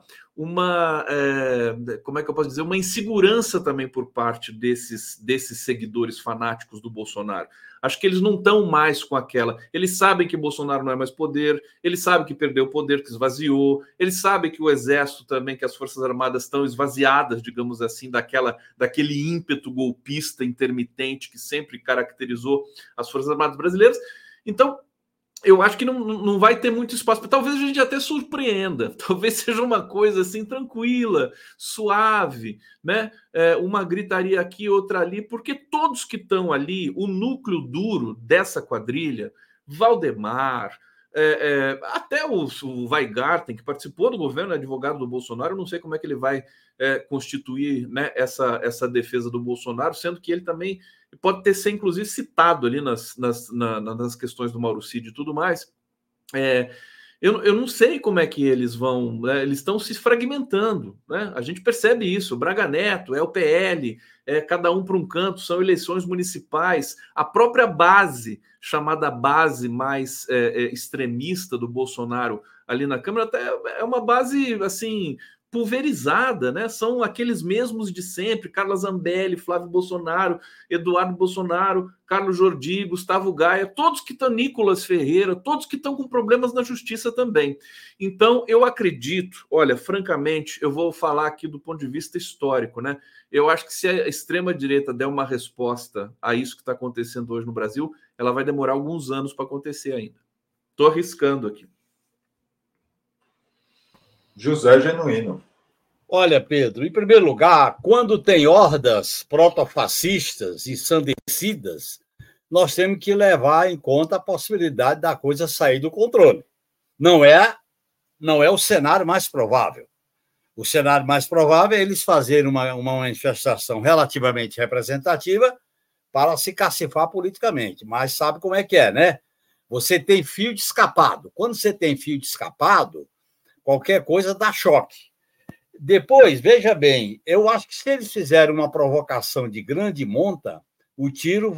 como é que eu posso dizer, uma insegurança também por parte desses seguidores fanáticos do Bolsonaro. Acho que eles não estão mais com aquela... Eles sabem que Bolsonaro não é mais poder, eles sabem que perdeu o poder, que esvaziou, eles sabem que o Exército também, que as Forças Armadas estão esvaziadas, digamos assim, daquele ímpeto golpista intermitente que sempre caracterizou as Forças Armadas brasileiras. Então, eu acho que não vai ter muito espaço. Talvez a gente até surpreenda. Talvez seja uma coisa assim tranquila, suave, né? Uma gritaria aqui, outra ali, porque todos que estão ali, o núcleo duro dessa quadrilha, Valdemar, até o Weingarten, que participou do governo, advogado do Bolsonaro, eu não sei como é que ele vai constituir, né, essa defesa do Bolsonaro, sendo que ele também pode ter sido, inclusive, citado ali nas questões do Mauro Cid e tudo mais. Eu não sei como é que eles vão... Né, eles estão se fragmentando, né? A gente percebe isso. O Braga Neto, o PL, cada um para um canto, são eleições municipais. A própria base, chamada base mais extremista do Bolsonaro ali na Câmara, até é uma base, assim... pulverizada, né? São aqueles mesmos de sempre: Carla Zambelli, Flávio Bolsonaro, Eduardo Bolsonaro, Carlos Jordi, Gustavo Gaia, todos que estão, Nicolas Ferreira, todos que estão com problemas na justiça também. Então, eu acredito, olha, francamente, eu vou falar aqui do ponto de vista histórico, né? Eu acho que se a extrema-direita der uma resposta a isso que está acontecendo hoje no Brasil, ela vai demorar alguns anos para acontecer ainda. Estou arriscando aqui. José Genuíno. Olha, Pedro, em primeiro lugar, quando tem hordas protofascistas e ensandecidas, nós temos que levar em conta a possibilidade da coisa sair do controle. Não é o cenário mais provável. O cenário mais provável é eles fazerem uma manifestação relativamente representativa para se cacifar politicamente. Mas sabe como é que é, né? Você tem fio de escapado. Quando você tem fio de escapado, qualquer coisa dá choque. Depois, veja bem, eu acho que se eles fizerem uma provocação de grande monta, o tiro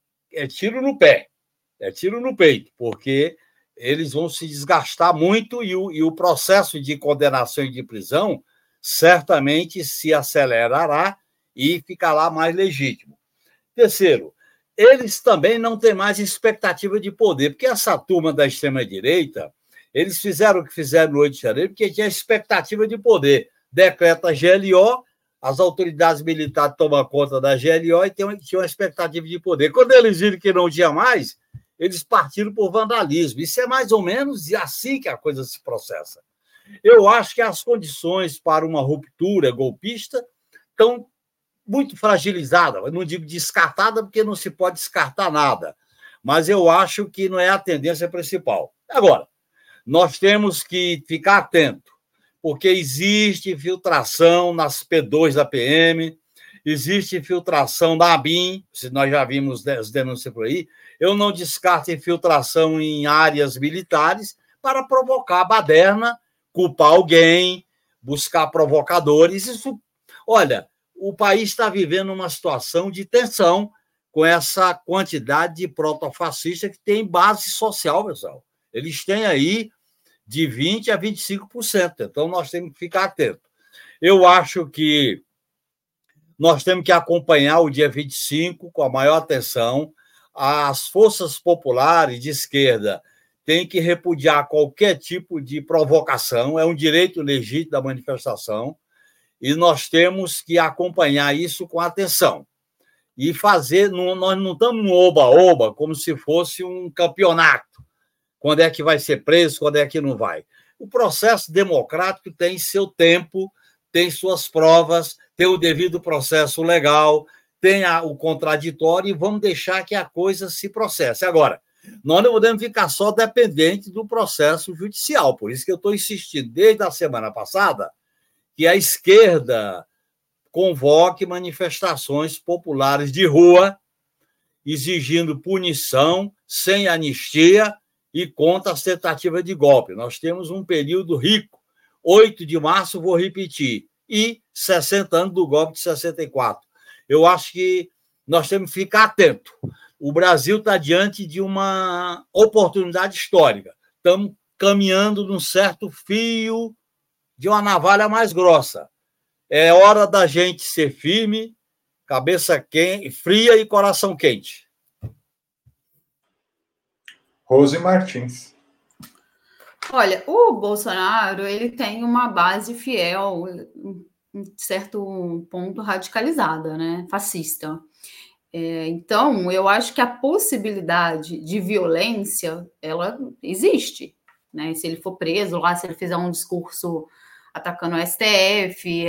é tiro no pé, é tiro no peito, porque eles vão se desgastar muito e o processo de condenação e de prisão certamente se acelerará e ficará mais legítimo. Terceiro, eles também não têm mais expectativa de poder, porque essa turma da extrema-direita, eles fizeram o que fizeram no 8 de janeiro porque tinha expectativa de poder. Decreta GLO, as autoridades militares tomam conta da GLO e tinham uma expectativa de poder. Quando eles viram que não tinha mais, eles partiram por vandalismo. Isso é mais ou menos assim que a coisa se processa. Eu acho que as condições para uma ruptura golpista estão muito fragilizadas. Eu não digo descartada, porque não se pode descartar nada, mas eu acho que não é a tendência principal. Agora, nós temos que ficar atento, porque existe infiltração nas P2 da PM, existe infiltração da ABIN, se nós já vimos as denúncias por aí. Eu não descarto infiltração em áreas militares para provocar baderna, culpar alguém, buscar provocadores. Isso, olha, o país está vivendo uma situação de tensão com essa quantidade de protofascistas que tem base social, pessoal. Eles têm aí de 20% a 25%. Então, nós temos que ficar atentos. Eu acho que nós temos que acompanhar o dia 25 com a maior atenção. As forças populares de esquerda têm que repudiar qualquer tipo de provocação. É um direito legítimo da manifestação e nós temos que acompanhar isso com atenção. e fazer, nós não estamos no oba-oba, como se fosse um campeonato. Quando é que vai ser preso, quando é que não vai. O processo democrático tem seu tempo, tem suas provas, tem o devido processo legal, tem o contraditório, e vamos deixar que a coisa se processe. Agora, nós não podemos ficar só dependente do processo judicial, por isso que eu estou insistindo desde a semana passada que a esquerda convoque manifestações populares de rua, exigindo punição, sem anistia e contra as tentativas de golpe. Nós temos um período rico, 8 de março, vou repetir, e 60 anos do golpe de 64. Eu acho que nós temos que ficar atentos. O Brasil está diante de uma oportunidade histórica. Estamos caminhando num certo fio de uma navalha mais grossa. É hora da gente ser firme, cabeça quente, fria e coração quente. Rose Martins. Olha, o Bolsonaro, ele tem uma base fiel, em certo ponto radicalizada, né? Fascista. Então, eu acho que a possibilidade de violência, ela existe, né? Se ele for preso lá, se ele fizer um discurso atacando o STF,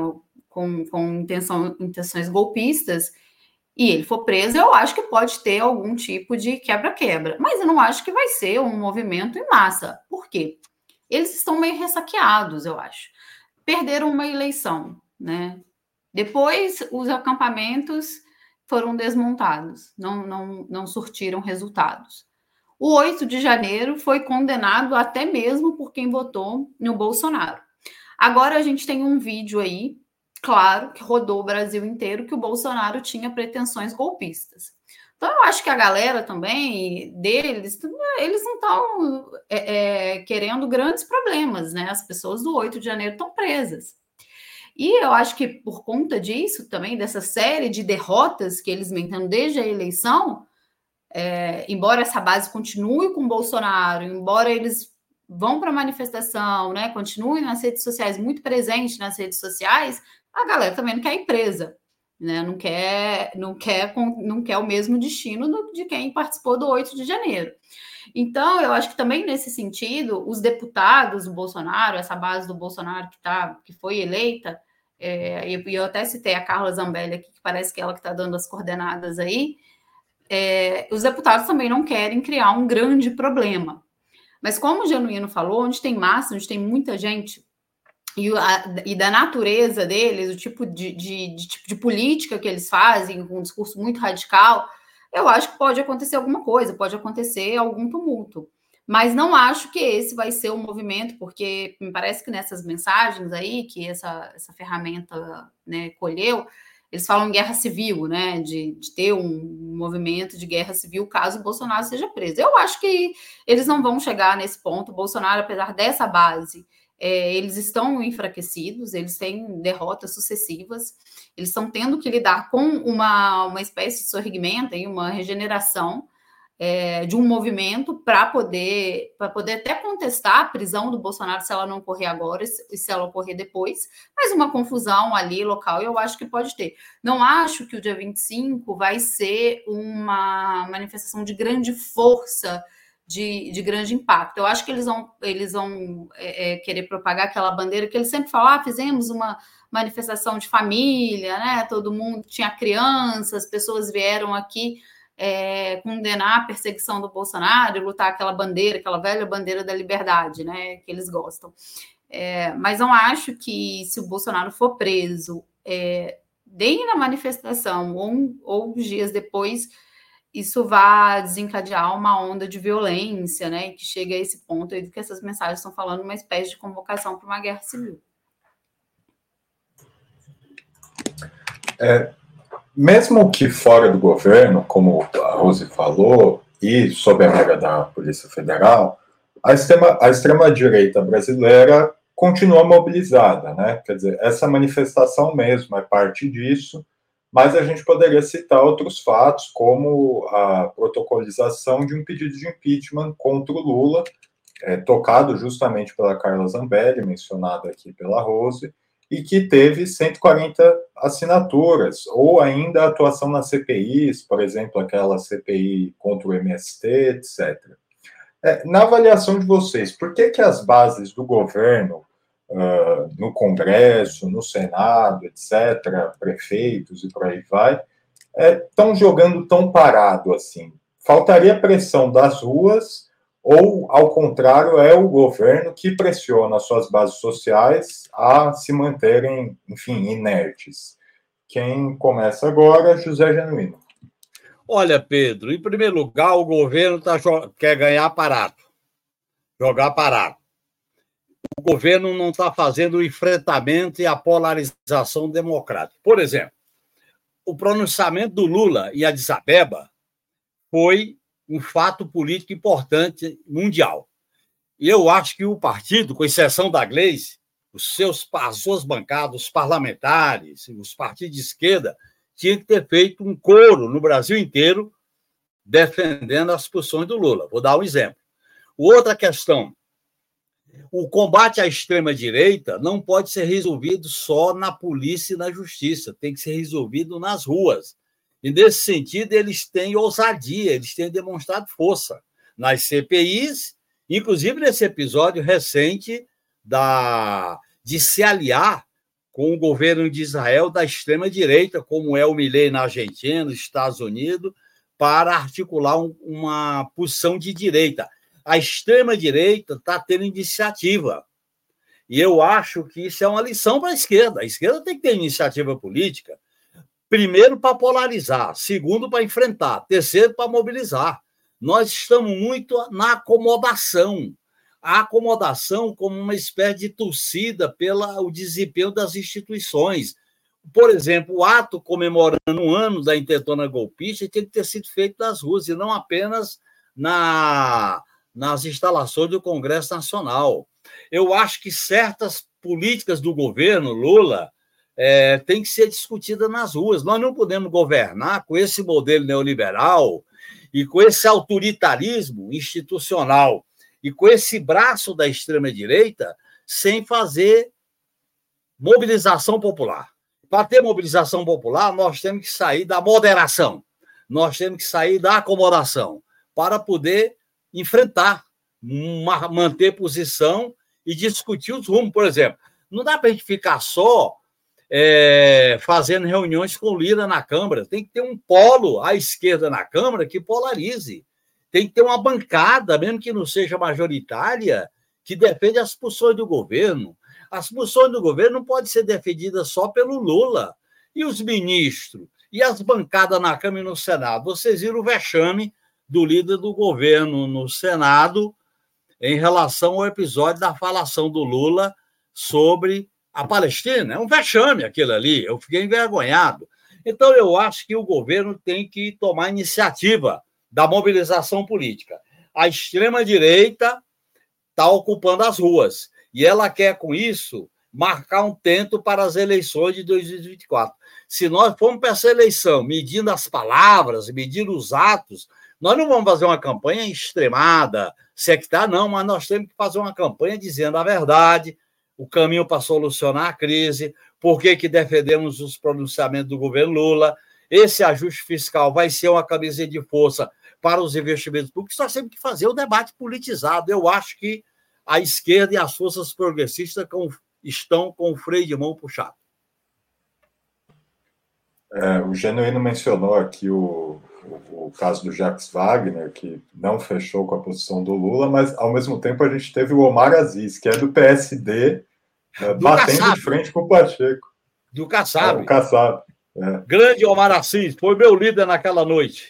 com intenções golpistas, e ele for preso, eu acho que pode ter algum tipo de quebra-quebra. Mas eu não acho que vai ser um movimento em massa. Por quê? Eles estão meio ressaqueados, eu acho. Perderam uma eleição, né? Depois, os acampamentos foram desmontados, não surtiram resultados. O 8 de janeiro foi condenado até mesmo por quem votou no Bolsonaro. Agora a gente tem um vídeo aí, claro, que rodou o Brasil inteiro, que o Bolsonaro tinha pretensões golpistas. Então, eu acho que a galera também deles, eles não estão querendo grandes problemas, né? As pessoas do 8 de janeiro estão presas. E eu acho que por conta disso também, dessa série de derrotas que eles mentam desde a eleição, embora essa base continue com o Bolsonaro, embora eles vão para a manifestação, né, continuem nas redes sociais, muito presente nas redes sociais, a galera também não quer ir presa, né, não quer o mesmo destino de quem participou do 8 de janeiro. Então, eu acho que também nesse sentido, os deputados do Bolsonaro, essa base do Bolsonaro que foi eleita, e eu até citei a Carla Zambelli aqui, que parece que ela que está dando as coordenadas aí, os deputados também não querem criar um grande problema. Mas como o Genuíno falou, onde tem massa, onde tem muita gente, e da natureza deles, o tipo de política que eles fazem, com um discurso muito radical, eu acho que pode acontecer alguma coisa, pode acontecer algum tumulto. Mas não acho que esse vai ser o movimento, porque me parece que nessas mensagens aí, que essa ferramenta, né, colheu, eles falam em guerra civil, né, de ter um movimento de guerra civil caso o Bolsonaro seja preso. Eu acho que eles não vão chegar nesse ponto. O Bolsonaro, apesar dessa base, eles estão enfraquecidos, eles têm derrotas sucessivas, eles estão tendo que lidar com uma espécie de sorrimento e uma regeneração de um movimento para poder até contestar a prisão do Bolsonaro se ela não ocorrer agora e se ela ocorrer depois, mas uma confusão ali local eu acho que pode ter. Não acho que o dia 25 vai ser uma manifestação de grande força, de grande impacto. Eu acho que eles vão querer propagar aquela bandeira que eles sempre falam, fizemos uma manifestação de família, né? Todo mundo tinha crianças, as pessoas vieram aqui condenar a perseguição do Bolsonaro e lutar aquela bandeira, aquela velha bandeira da liberdade, né, que eles gostam. Mas não acho que se o Bolsonaro for preso, nem na manifestação ou dias depois, isso vai desencadear uma onda de violência, né, que chega a esse ponto aí do que essas mensagens estão falando, uma espécie de convocação para uma guerra civil. Mesmo que fora do governo, como a Rose falou, e sob a mira da Polícia Federal, a extrema-direita brasileira continua mobilizada, né? Quer dizer, essa manifestação mesmo é parte disso, mas a gente poderia citar outros fatos, como a protocolização de um pedido de impeachment contra o Lula, tocado justamente pela Carla Zambelli, mencionada aqui pela Rose, e que teve 140 assinaturas, ou ainda a atuação nas CPIs, por exemplo, aquela CPI contra o MST, etc. Na avaliação de vocês, por que as bases do governo, no Congresso, no Senado, etc., prefeitos e por aí vai, estão jogando tão parado assim? Faltaria pressão das ruas ou, ao contrário, é o governo que pressiona as suas bases sociais a se manterem, enfim, inertes? Quem começa agora é José Genuíno. Olha, Pedro, em primeiro lugar, o governo quer ganhar parado, jogar parado. O governo não está fazendo o enfrentamento e a polarização democrática. Por exemplo, o pronunciamento do Lula em Addis Abeba foi um fato político importante mundial. E eu acho que o partido, com exceção da Gleisi, as suas bancadas, os parlamentares, os partidos de esquerda, tinham que ter feito um coro no Brasil inteiro defendendo as posições do Lula. Vou dar um exemplo. Outra questão, o combate à extrema-direita não pode ser resolvido só na polícia e na justiça, tem que ser resolvido nas ruas. E, nesse sentido, eles têm ousadia, eles têm demonstrado força nas CPIs, inclusive nesse episódio recente de se aliar com o governo de Israel da extrema-direita, como é o Milei na Argentina, nos Estados Unidos, para articular uma posição de direita. A extrema-direita está tendo iniciativa. E eu acho que isso é uma lição para a esquerda. A esquerda tem que ter iniciativa política, primeiro, para polarizar, segundo, para enfrentar, terceiro, para mobilizar. Nós estamos muito na acomodação. A acomodação como uma espécie de torcida pelo desempenho das instituições. Por exemplo, o ato comemorando um ano da intentona golpista tem que ter sido feito nas ruas e não apenas nas instalações do Congresso Nacional. Eu acho que certas políticas do governo Lula têm que ser discutidas nas ruas. Nós não podemos governar com esse modelo neoliberal e com esse autoritarismo institucional e com esse braço da extrema-direita sem fazer mobilização popular. Para ter mobilização popular, nós temos que sair da moderação, nós temos que sair da acomodação para poder enfrentar, manter posição e discutir os rumos. Por exemplo, não dá para a gente ficar só fazendo reuniões com o Lira na Câmara. Tem que ter um polo à esquerda na Câmara que polarize. Tem que ter uma bancada, mesmo que não seja majoritária, que defende as posições do governo. As posições do governo não podem ser defendidas só pelo Lula. E os ministros? E as bancadas na Câmara e no Senado? Vocês viram o vexame do líder do governo no Senado em relação ao episódio da falação do Lula sobre a Palestina. É um vexame aquilo ali. Eu fiquei envergonhado. Então, eu acho que o governo tem que tomar iniciativa da mobilização política. A extrema-direita está ocupando as ruas e ela quer, com isso, marcar um tento para as eleições de 2024. Se nós formos para essa eleição medindo as palavras, medindo os atos, nós não vamos fazer uma campanha extremada, sectária, não, mas nós temos que fazer uma campanha dizendo a verdade, o caminho para solucionar a crise, por que defendemos os pronunciamentos do governo Lula. Esse ajuste fiscal vai ser uma camisa de força para os investimentos públicos. Nós temos que fazer o debate politizado. Eu acho que a esquerda e as forças progressistas estão com o freio de mão puxado. O Genuíno mencionou aqui o caso do Jacques Wagner, que não fechou com a posição do Lula, mas, ao mesmo tempo, a gente teve o Omar Aziz, que é do PSD, batendo Kassab, de frente com o Pacheco. Do Kassab. O Kassab. Grande Omar Aziz, foi meu líder naquela noite.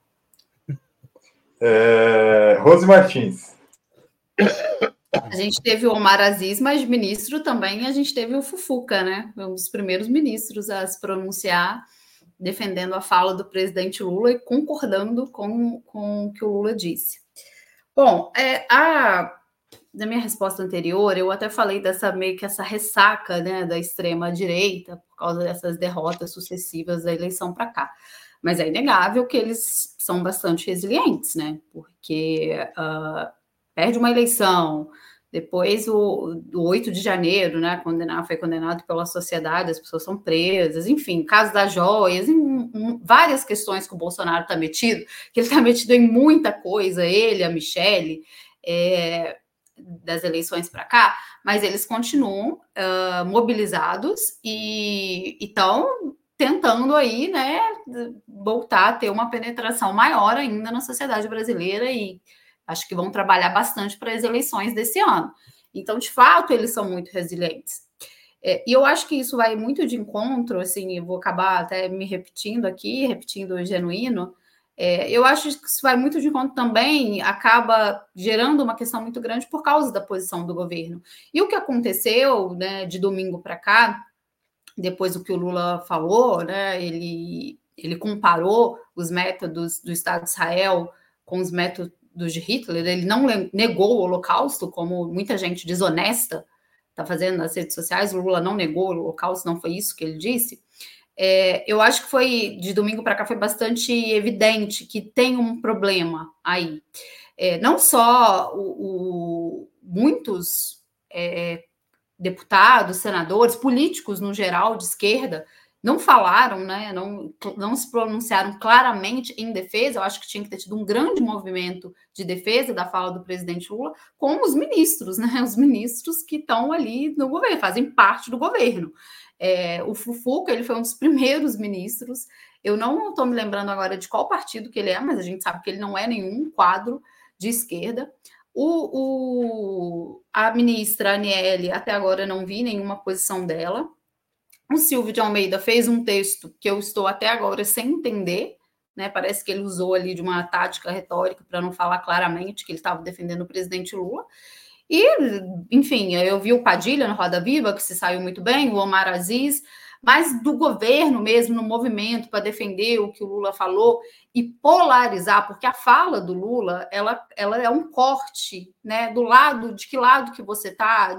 Rose Martins. A gente teve o Omar Aziz, mas ministro também a gente teve o Fufuca, né? Um dos primeiros ministros a se pronunciar, defendendo a fala do presidente Lula e concordando com o que o Lula disse. Bom, na minha resposta anterior, eu até falei meio que essa ressaca, né, da extrema-direita, por causa dessas derrotas sucessivas da eleição para cá. Mas é inegável que eles são bastante resilientes, né? Porque perde uma eleição, Depois, o 8 de janeiro, né, foi condenado pela sociedade, as pessoas são presas, enfim, o caso das joias, várias questões que o Bolsonaro está metido, que ele está metido em muita coisa, ele, a Michelle, das eleições para cá, mas eles continuam mobilizados e estão tentando aí, né, voltar a ter uma penetração maior ainda na sociedade brasileira e acho que vão trabalhar bastante para as eleições desse ano. Então, de fato, eles são muito resilientes. E eu acho que isso vai muito de encontro, assim, eu vou acabar até me repetindo aqui, repetindo o Genuíno, eu acho que isso vai muito de encontro também, acaba gerando uma questão muito grande por causa da posição do governo. E o que aconteceu, né, de domingo para cá, depois do que o Lula falou, né, ele comparou os métodos do Estado de Israel com os métodos de Hitler, ele não negou o Holocausto, como muita gente desonesta está fazendo nas redes sociais, o Lula não negou o Holocausto, não foi isso que ele disse. Eu acho que foi, de domingo para cá, foi bastante evidente que tem um problema aí. Não só muitos deputados, senadores, políticos no geral, de esquerda, não falaram, né, não se pronunciaram claramente em defesa. Eu acho que tinha que ter tido um grande movimento de defesa da fala do presidente Lula, como os ministros, né, os ministros que estão ali no governo, fazem parte do governo. O Fufuca, ele foi um dos primeiros ministros, eu não estou me lembrando agora de qual partido que ele é, mas a gente sabe que ele não é nenhum quadro de esquerda. A ministra Aniele, até agora não vi nenhuma posição dela. O Silvio de Almeida fez um texto que eu estou até agora sem entender, né? Parece que ele usou ali de uma tática retórica para não falar claramente que ele estava defendendo o presidente Lula. E, enfim, eu vi o Padilha na Roda Viva, que se saiu muito bem, o Omar Aziz, mas do governo mesmo, no movimento para defender o que o Lula falou e polarizar, porque a fala do Lula, ela é um corte, né, do lado, de que lado que você está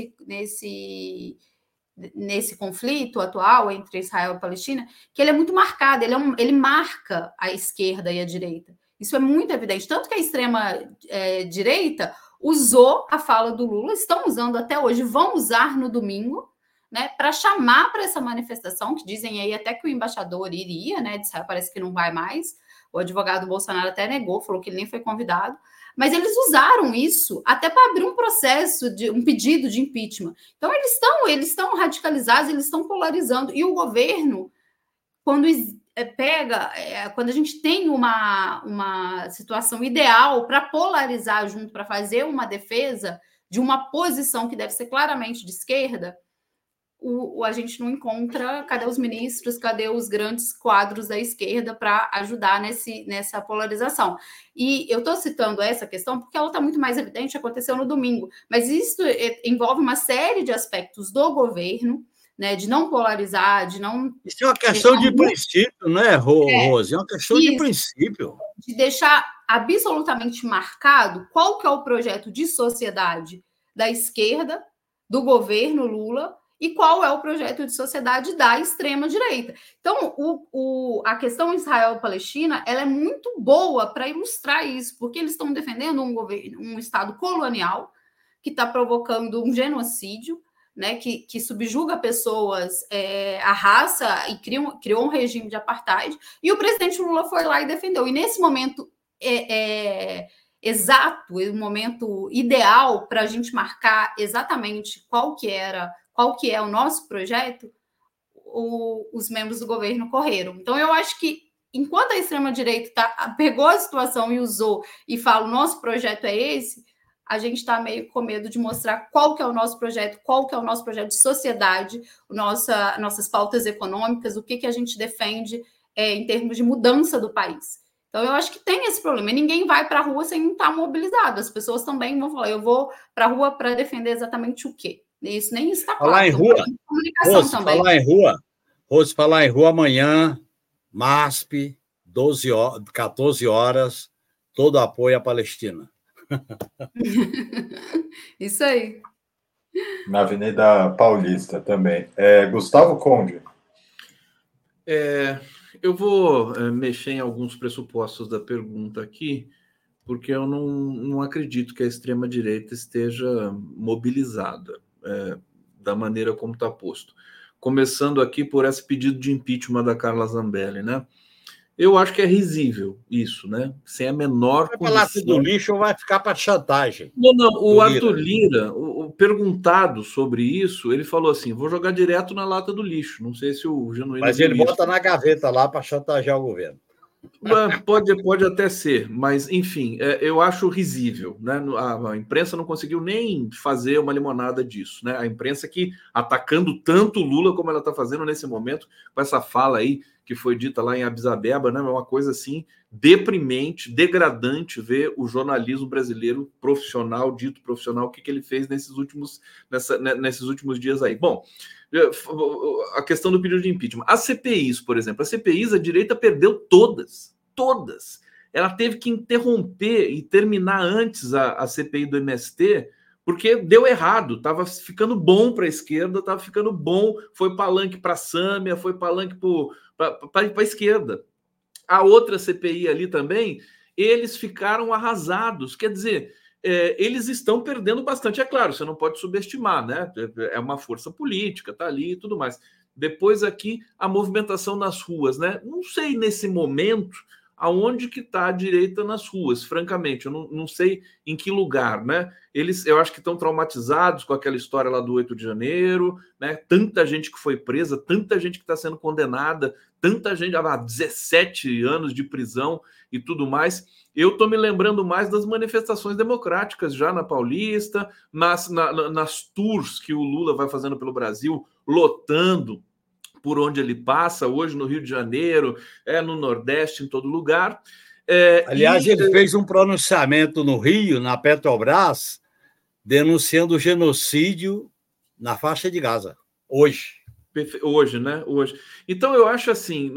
nesse conflito atual entre Israel e Palestina, que ele é muito marcado, ele marca a esquerda e a direita. Isso é muito evidente, tanto que a extrema-direita usou a fala do Lula, estão usando até hoje, vão usar no domingo, né, para chamar para essa manifestação, que dizem aí até que o embaixador iria, né, de Israel, parece que não vai mais, o advogado Bolsonaro até negou, falou que ele nem foi convidado, mas eles usaram isso até para abrir um processo, um pedido de impeachment. Então, eles estão radicalizados, eles estão polarizando, e o governo, quando a gente tem uma situação ideal para polarizar junto, para fazer uma defesa de uma posição que deve ser claramente de esquerda, a gente não encontra, cadê os ministros, cadê os grandes quadros da esquerda para ajudar nessa polarização? E eu estou citando essa questão porque ela está muito mais evidente, aconteceu no domingo, mas isso envolve uma série de aspectos do governo, né, de não polarizar, de não... Isso é uma questão de princípio, não é, Rose? É uma questão de princípio. De deixar absolutamente marcado qual que é o projeto de sociedade da esquerda, do governo Lula, e qual é o projeto de sociedade da extrema-direita. Então, a questão Israel-Palestina, ela é muito boa para ilustrar isso, porque eles estão defendendo um Estado colonial que está provocando um genocídio, né, que subjuga pessoas, a raça, e criou um regime de apartheid, e o presidente Lula foi lá e defendeu. E nesse momento exato, o momento ideal para a gente marcar exatamente qual que é o nosso projeto, os membros do governo correram. Então, eu acho que, enquanto a extrema-direita pegou a situação e usou, e fala, o nosso projeto é esse, a gente está meio com medo de mostrar qual que é o nosso projeto, qual que é o nosso projeto de sociedade, nossas pautas econômicas, o que a gente defende em termos de mudança do país. Então, eu acho que tem esse problema. Ninguém vai para a rua sem estar mobilizado. As pessoas também vão falar, eu vou para a rua para defender exatamente o quê? Isso nem está claro. Falar em rua, comunicação também. Falar em rua amanhã, MASP, 14 horas, todo apoio à Palestina. Isso aí. Na Avenida Paulista também. Gustavo Conde. Eu vou mexer em alguns pressupostos da pergunta aqui, porque eu não acredito que a extrema-direita esteja mobilizada da maneira como está posto. Começando aqui por esse pedido de impeachment da Carla Zambelli, né? Eu acho que é risível isso, né? Sem a menor condição. Vai falar tudo lixo ou vai ficar para chantagem? Não. O Arthur Lira, perguntado sobre isso, ele falou assim: vou jogar direto na lata do lixo. Não sei se o Genuíno. Mas ele bota na gaveta lá para chantagear o governo. Pode até ser, mas enfim, eu acho risível, né? A imprensa não conseguiu nem fazer uma limonada disso, né? A imprensa que atacando tanto o Lula como ela está fazendo nesse momento, com essa fala aí que foi dita lá em Addis Abeba, né? É uma coisa assim deprimente, degradante ver o jornalismo brasileiro profissional, dito profissional, o que ele fez nesses últimos dias aí. Bom, a questão do pedido de impeachment. As CPIs, por exemplo, as CPIs, a direita perdeu todas. Ela teve que interromper e terminar antes a CPI do MST, porque deu errado, estava ficando bom para a esquerda, estava ficando bom, foi palanque para a Sâmia, foi palanque para a esquerda. A outra CPI ali também, eles ficaram arrasados, quer dizer, eles estão perdendo bastante. É claro, você não pode subestimar, né? É uma força política, tá ali e tudo mais. Depois aqui, a movimentação nas ruas, né? Não sei nesse momento aonde que está a direita nas ruas, francamente, eu não sei em que lugar, né? Eu acho que estão traumatizados com aquela história lá do 8 de janeiro, né? Tanta gente que foi presa, tanta gente que está sendo condenada, tanta gente, 17 anos de prisão e tudo mais. Eu estou me lembrando mais das manifestações democráticas já na Paulista, nas tours que o Lula vai fazendo pelo Brasil, lotando por onde ele passa, hoje no Rio de Janeiro, no Nordeste, em todo lugar. Aliás, ele fez um pronunciamento no Rio, na Petrobras, denunciando o genocídio na faixa de Gaza, hoje. Hoje, né? Hoje. Então, eu acho assim,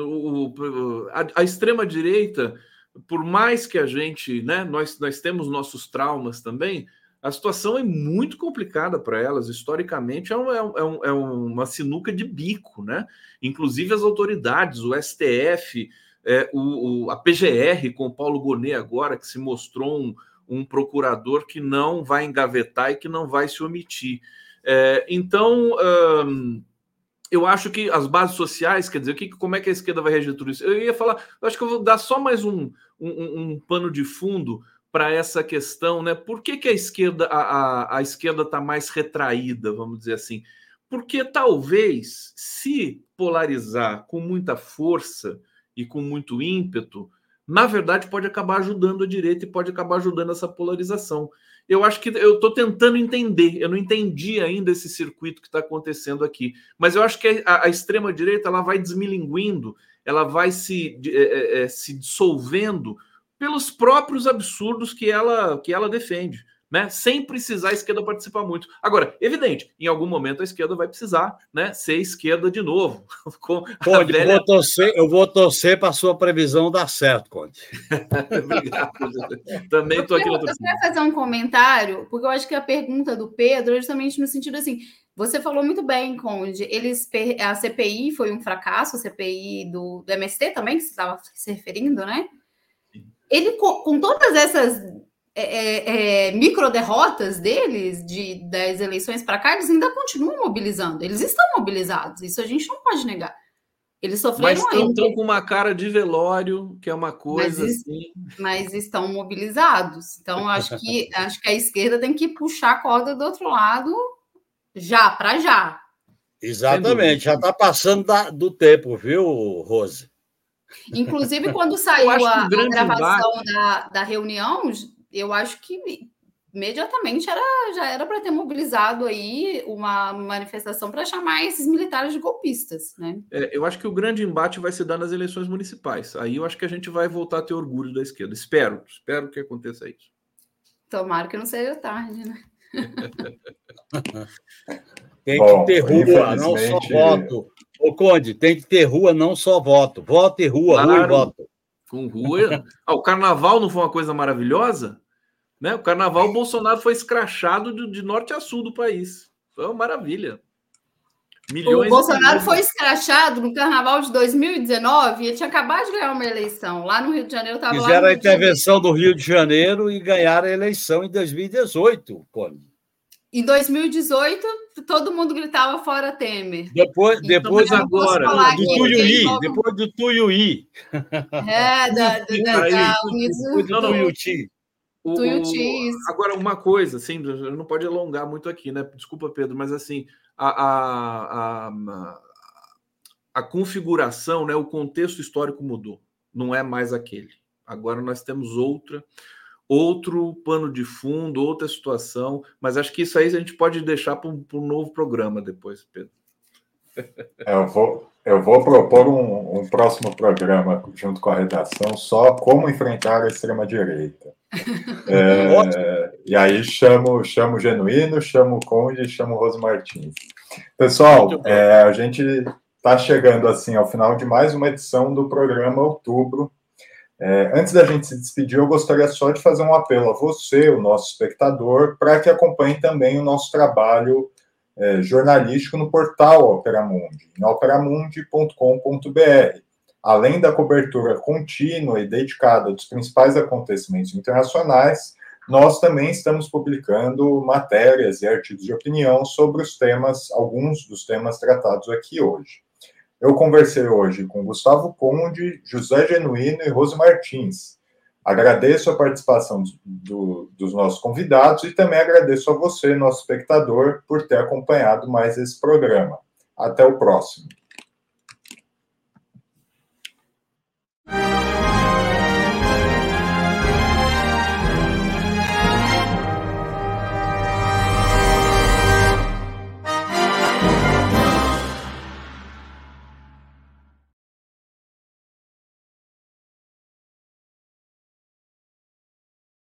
a extrema-direita, por mais que a gente, né, nós temos nossos traumas também, a situação é muito complicada para elas. Historicamente, é uma sinuca de bico, né? Inclusive as autoridades, o STF, a PGR com o Paulo Gonet agora, que se mostrou um procurador que não vai engavetar e que não vai se omitir. Então, eu acho que as bases sociais, quer dizer, como é que a esquerda vai reger tudo isso? Eu ia falar, eu acho que eu vou dar só mais um pano de fundo para essa questão, né? Por que a esquerda está mais retraída, vamos dizer assim? Porque talvez, se polarizar com muita força e com muito ímpeto, na verdade pode acabar ajudando a direita e pode acabar ajudando essa polarização. Eu acho que eu estou tentando entender, eu não entendi ainda esse circuito que está acontecendo aqui, mas eu acho que a extrema-direita ela vai desmilinguindo, ela vai se dissolvendo pelos próprios absurdos que ela defende, né? Sem precisar a esquerda participar muito. Agora, evidente, em algum momento a esquerda vai precisar, né, ser esquerda de novo. Conde, eu vou torcer para a sua previsão dar certo, Conde. Obrigado. Também estou aqui. Eu queria fazer um comentário, porque eu acho que a pergunta do Pedro é justamente no sentido assim, você falou muito bem, Conde, a CPI foi um fracasso, a CPI do MST também, que você estava se referindo, né? Ele, com todas essas micro derrotas deles das eleições para cá, eles ainda continuam mobilizando. Eles estão mobilizados. Isso a gente não pode negar. Eles sofreram ainda. Mas estão com uma cara de velório, que é uma coisa assim. Mas estão mobilizados. Então, acho que a esquerda tem que puxar a corda do outro lado para já. Exatamente. Já está passando do tempo, viu, Rose? Inclusive, quando saiu a gravação da reunião, eu acho que imediatamente já era para ter mobilizado aí uma manifestação para chamar esses militares de golpistas, né? Eu acho que o grande embate vai se dar nas eleições municipais. Aí eu acho que a gente vai voltar a ter orgulho da esquerda. Espero que aconteça isso. Tomara que não seja tarde, né? Tem que ter rua, não só voto. Ô, Conde, tem que ter rua, não só voto. Voto e rua, claro, rua e voto. Com rua. O carnaval não foi uma coisa maravilhosa? Né? O carnaval, o Bolsonaro foi escrachado de norte a sul do país. Foi uma maravilha. O Bolsonaro foi escrachado no Carnaval de 2019 e ele tinha acabado de ganhar uma eleição. Lá no Rio de Janeiro, estava lá. Fizeram a intervenção do Rio de Janeiro e ganharam a eleição em 2018, Conde. Em 2018, todo mundo gritava fora Temer. Depois agora, depois do Tuiuti. Tuiuti. Agora, uma coisa, assim, não pode alongar muito aqui, né? Desculpa, Pedro, mas assim, a configuração, né? O contexto histórico mudou. Não é mais aquele. Agora nós temos outro pano de fundo, outra situação, mas acho que isso aí a gente pode deixar para um novo programa depois, Pedro. Eu vou propor um próximo programa junto com a redação só como enfrentar a extrema-direita. E aí chamo o Genuíno, chamo o Conde e chamo o Rose Martins. Pessoal, a gente está chegando assim ao final de mais uma edição do programa Outubro. Antes da gente se despedir, eu gostaria só de fazer um apelo a você, o nosso espectador, para que acompanhe também o nosso trabalho jornalístico no portal Operamundi, em operamundi.com.br. Além da cobertura contínua e dedicada dos principais acontecimentos internacionais, nós também estamos publicando matérias e artigos de opinião sobre alguns dos temas tratados aqui hoje. Eu conversei hoje com Gustavo Conde, José Genuíno e Rose Martins. Agradeço a participação dos nossos convidados e também agradeço a você, nosso espectador, por ter acompanhado mais esse programa. Até o próximo.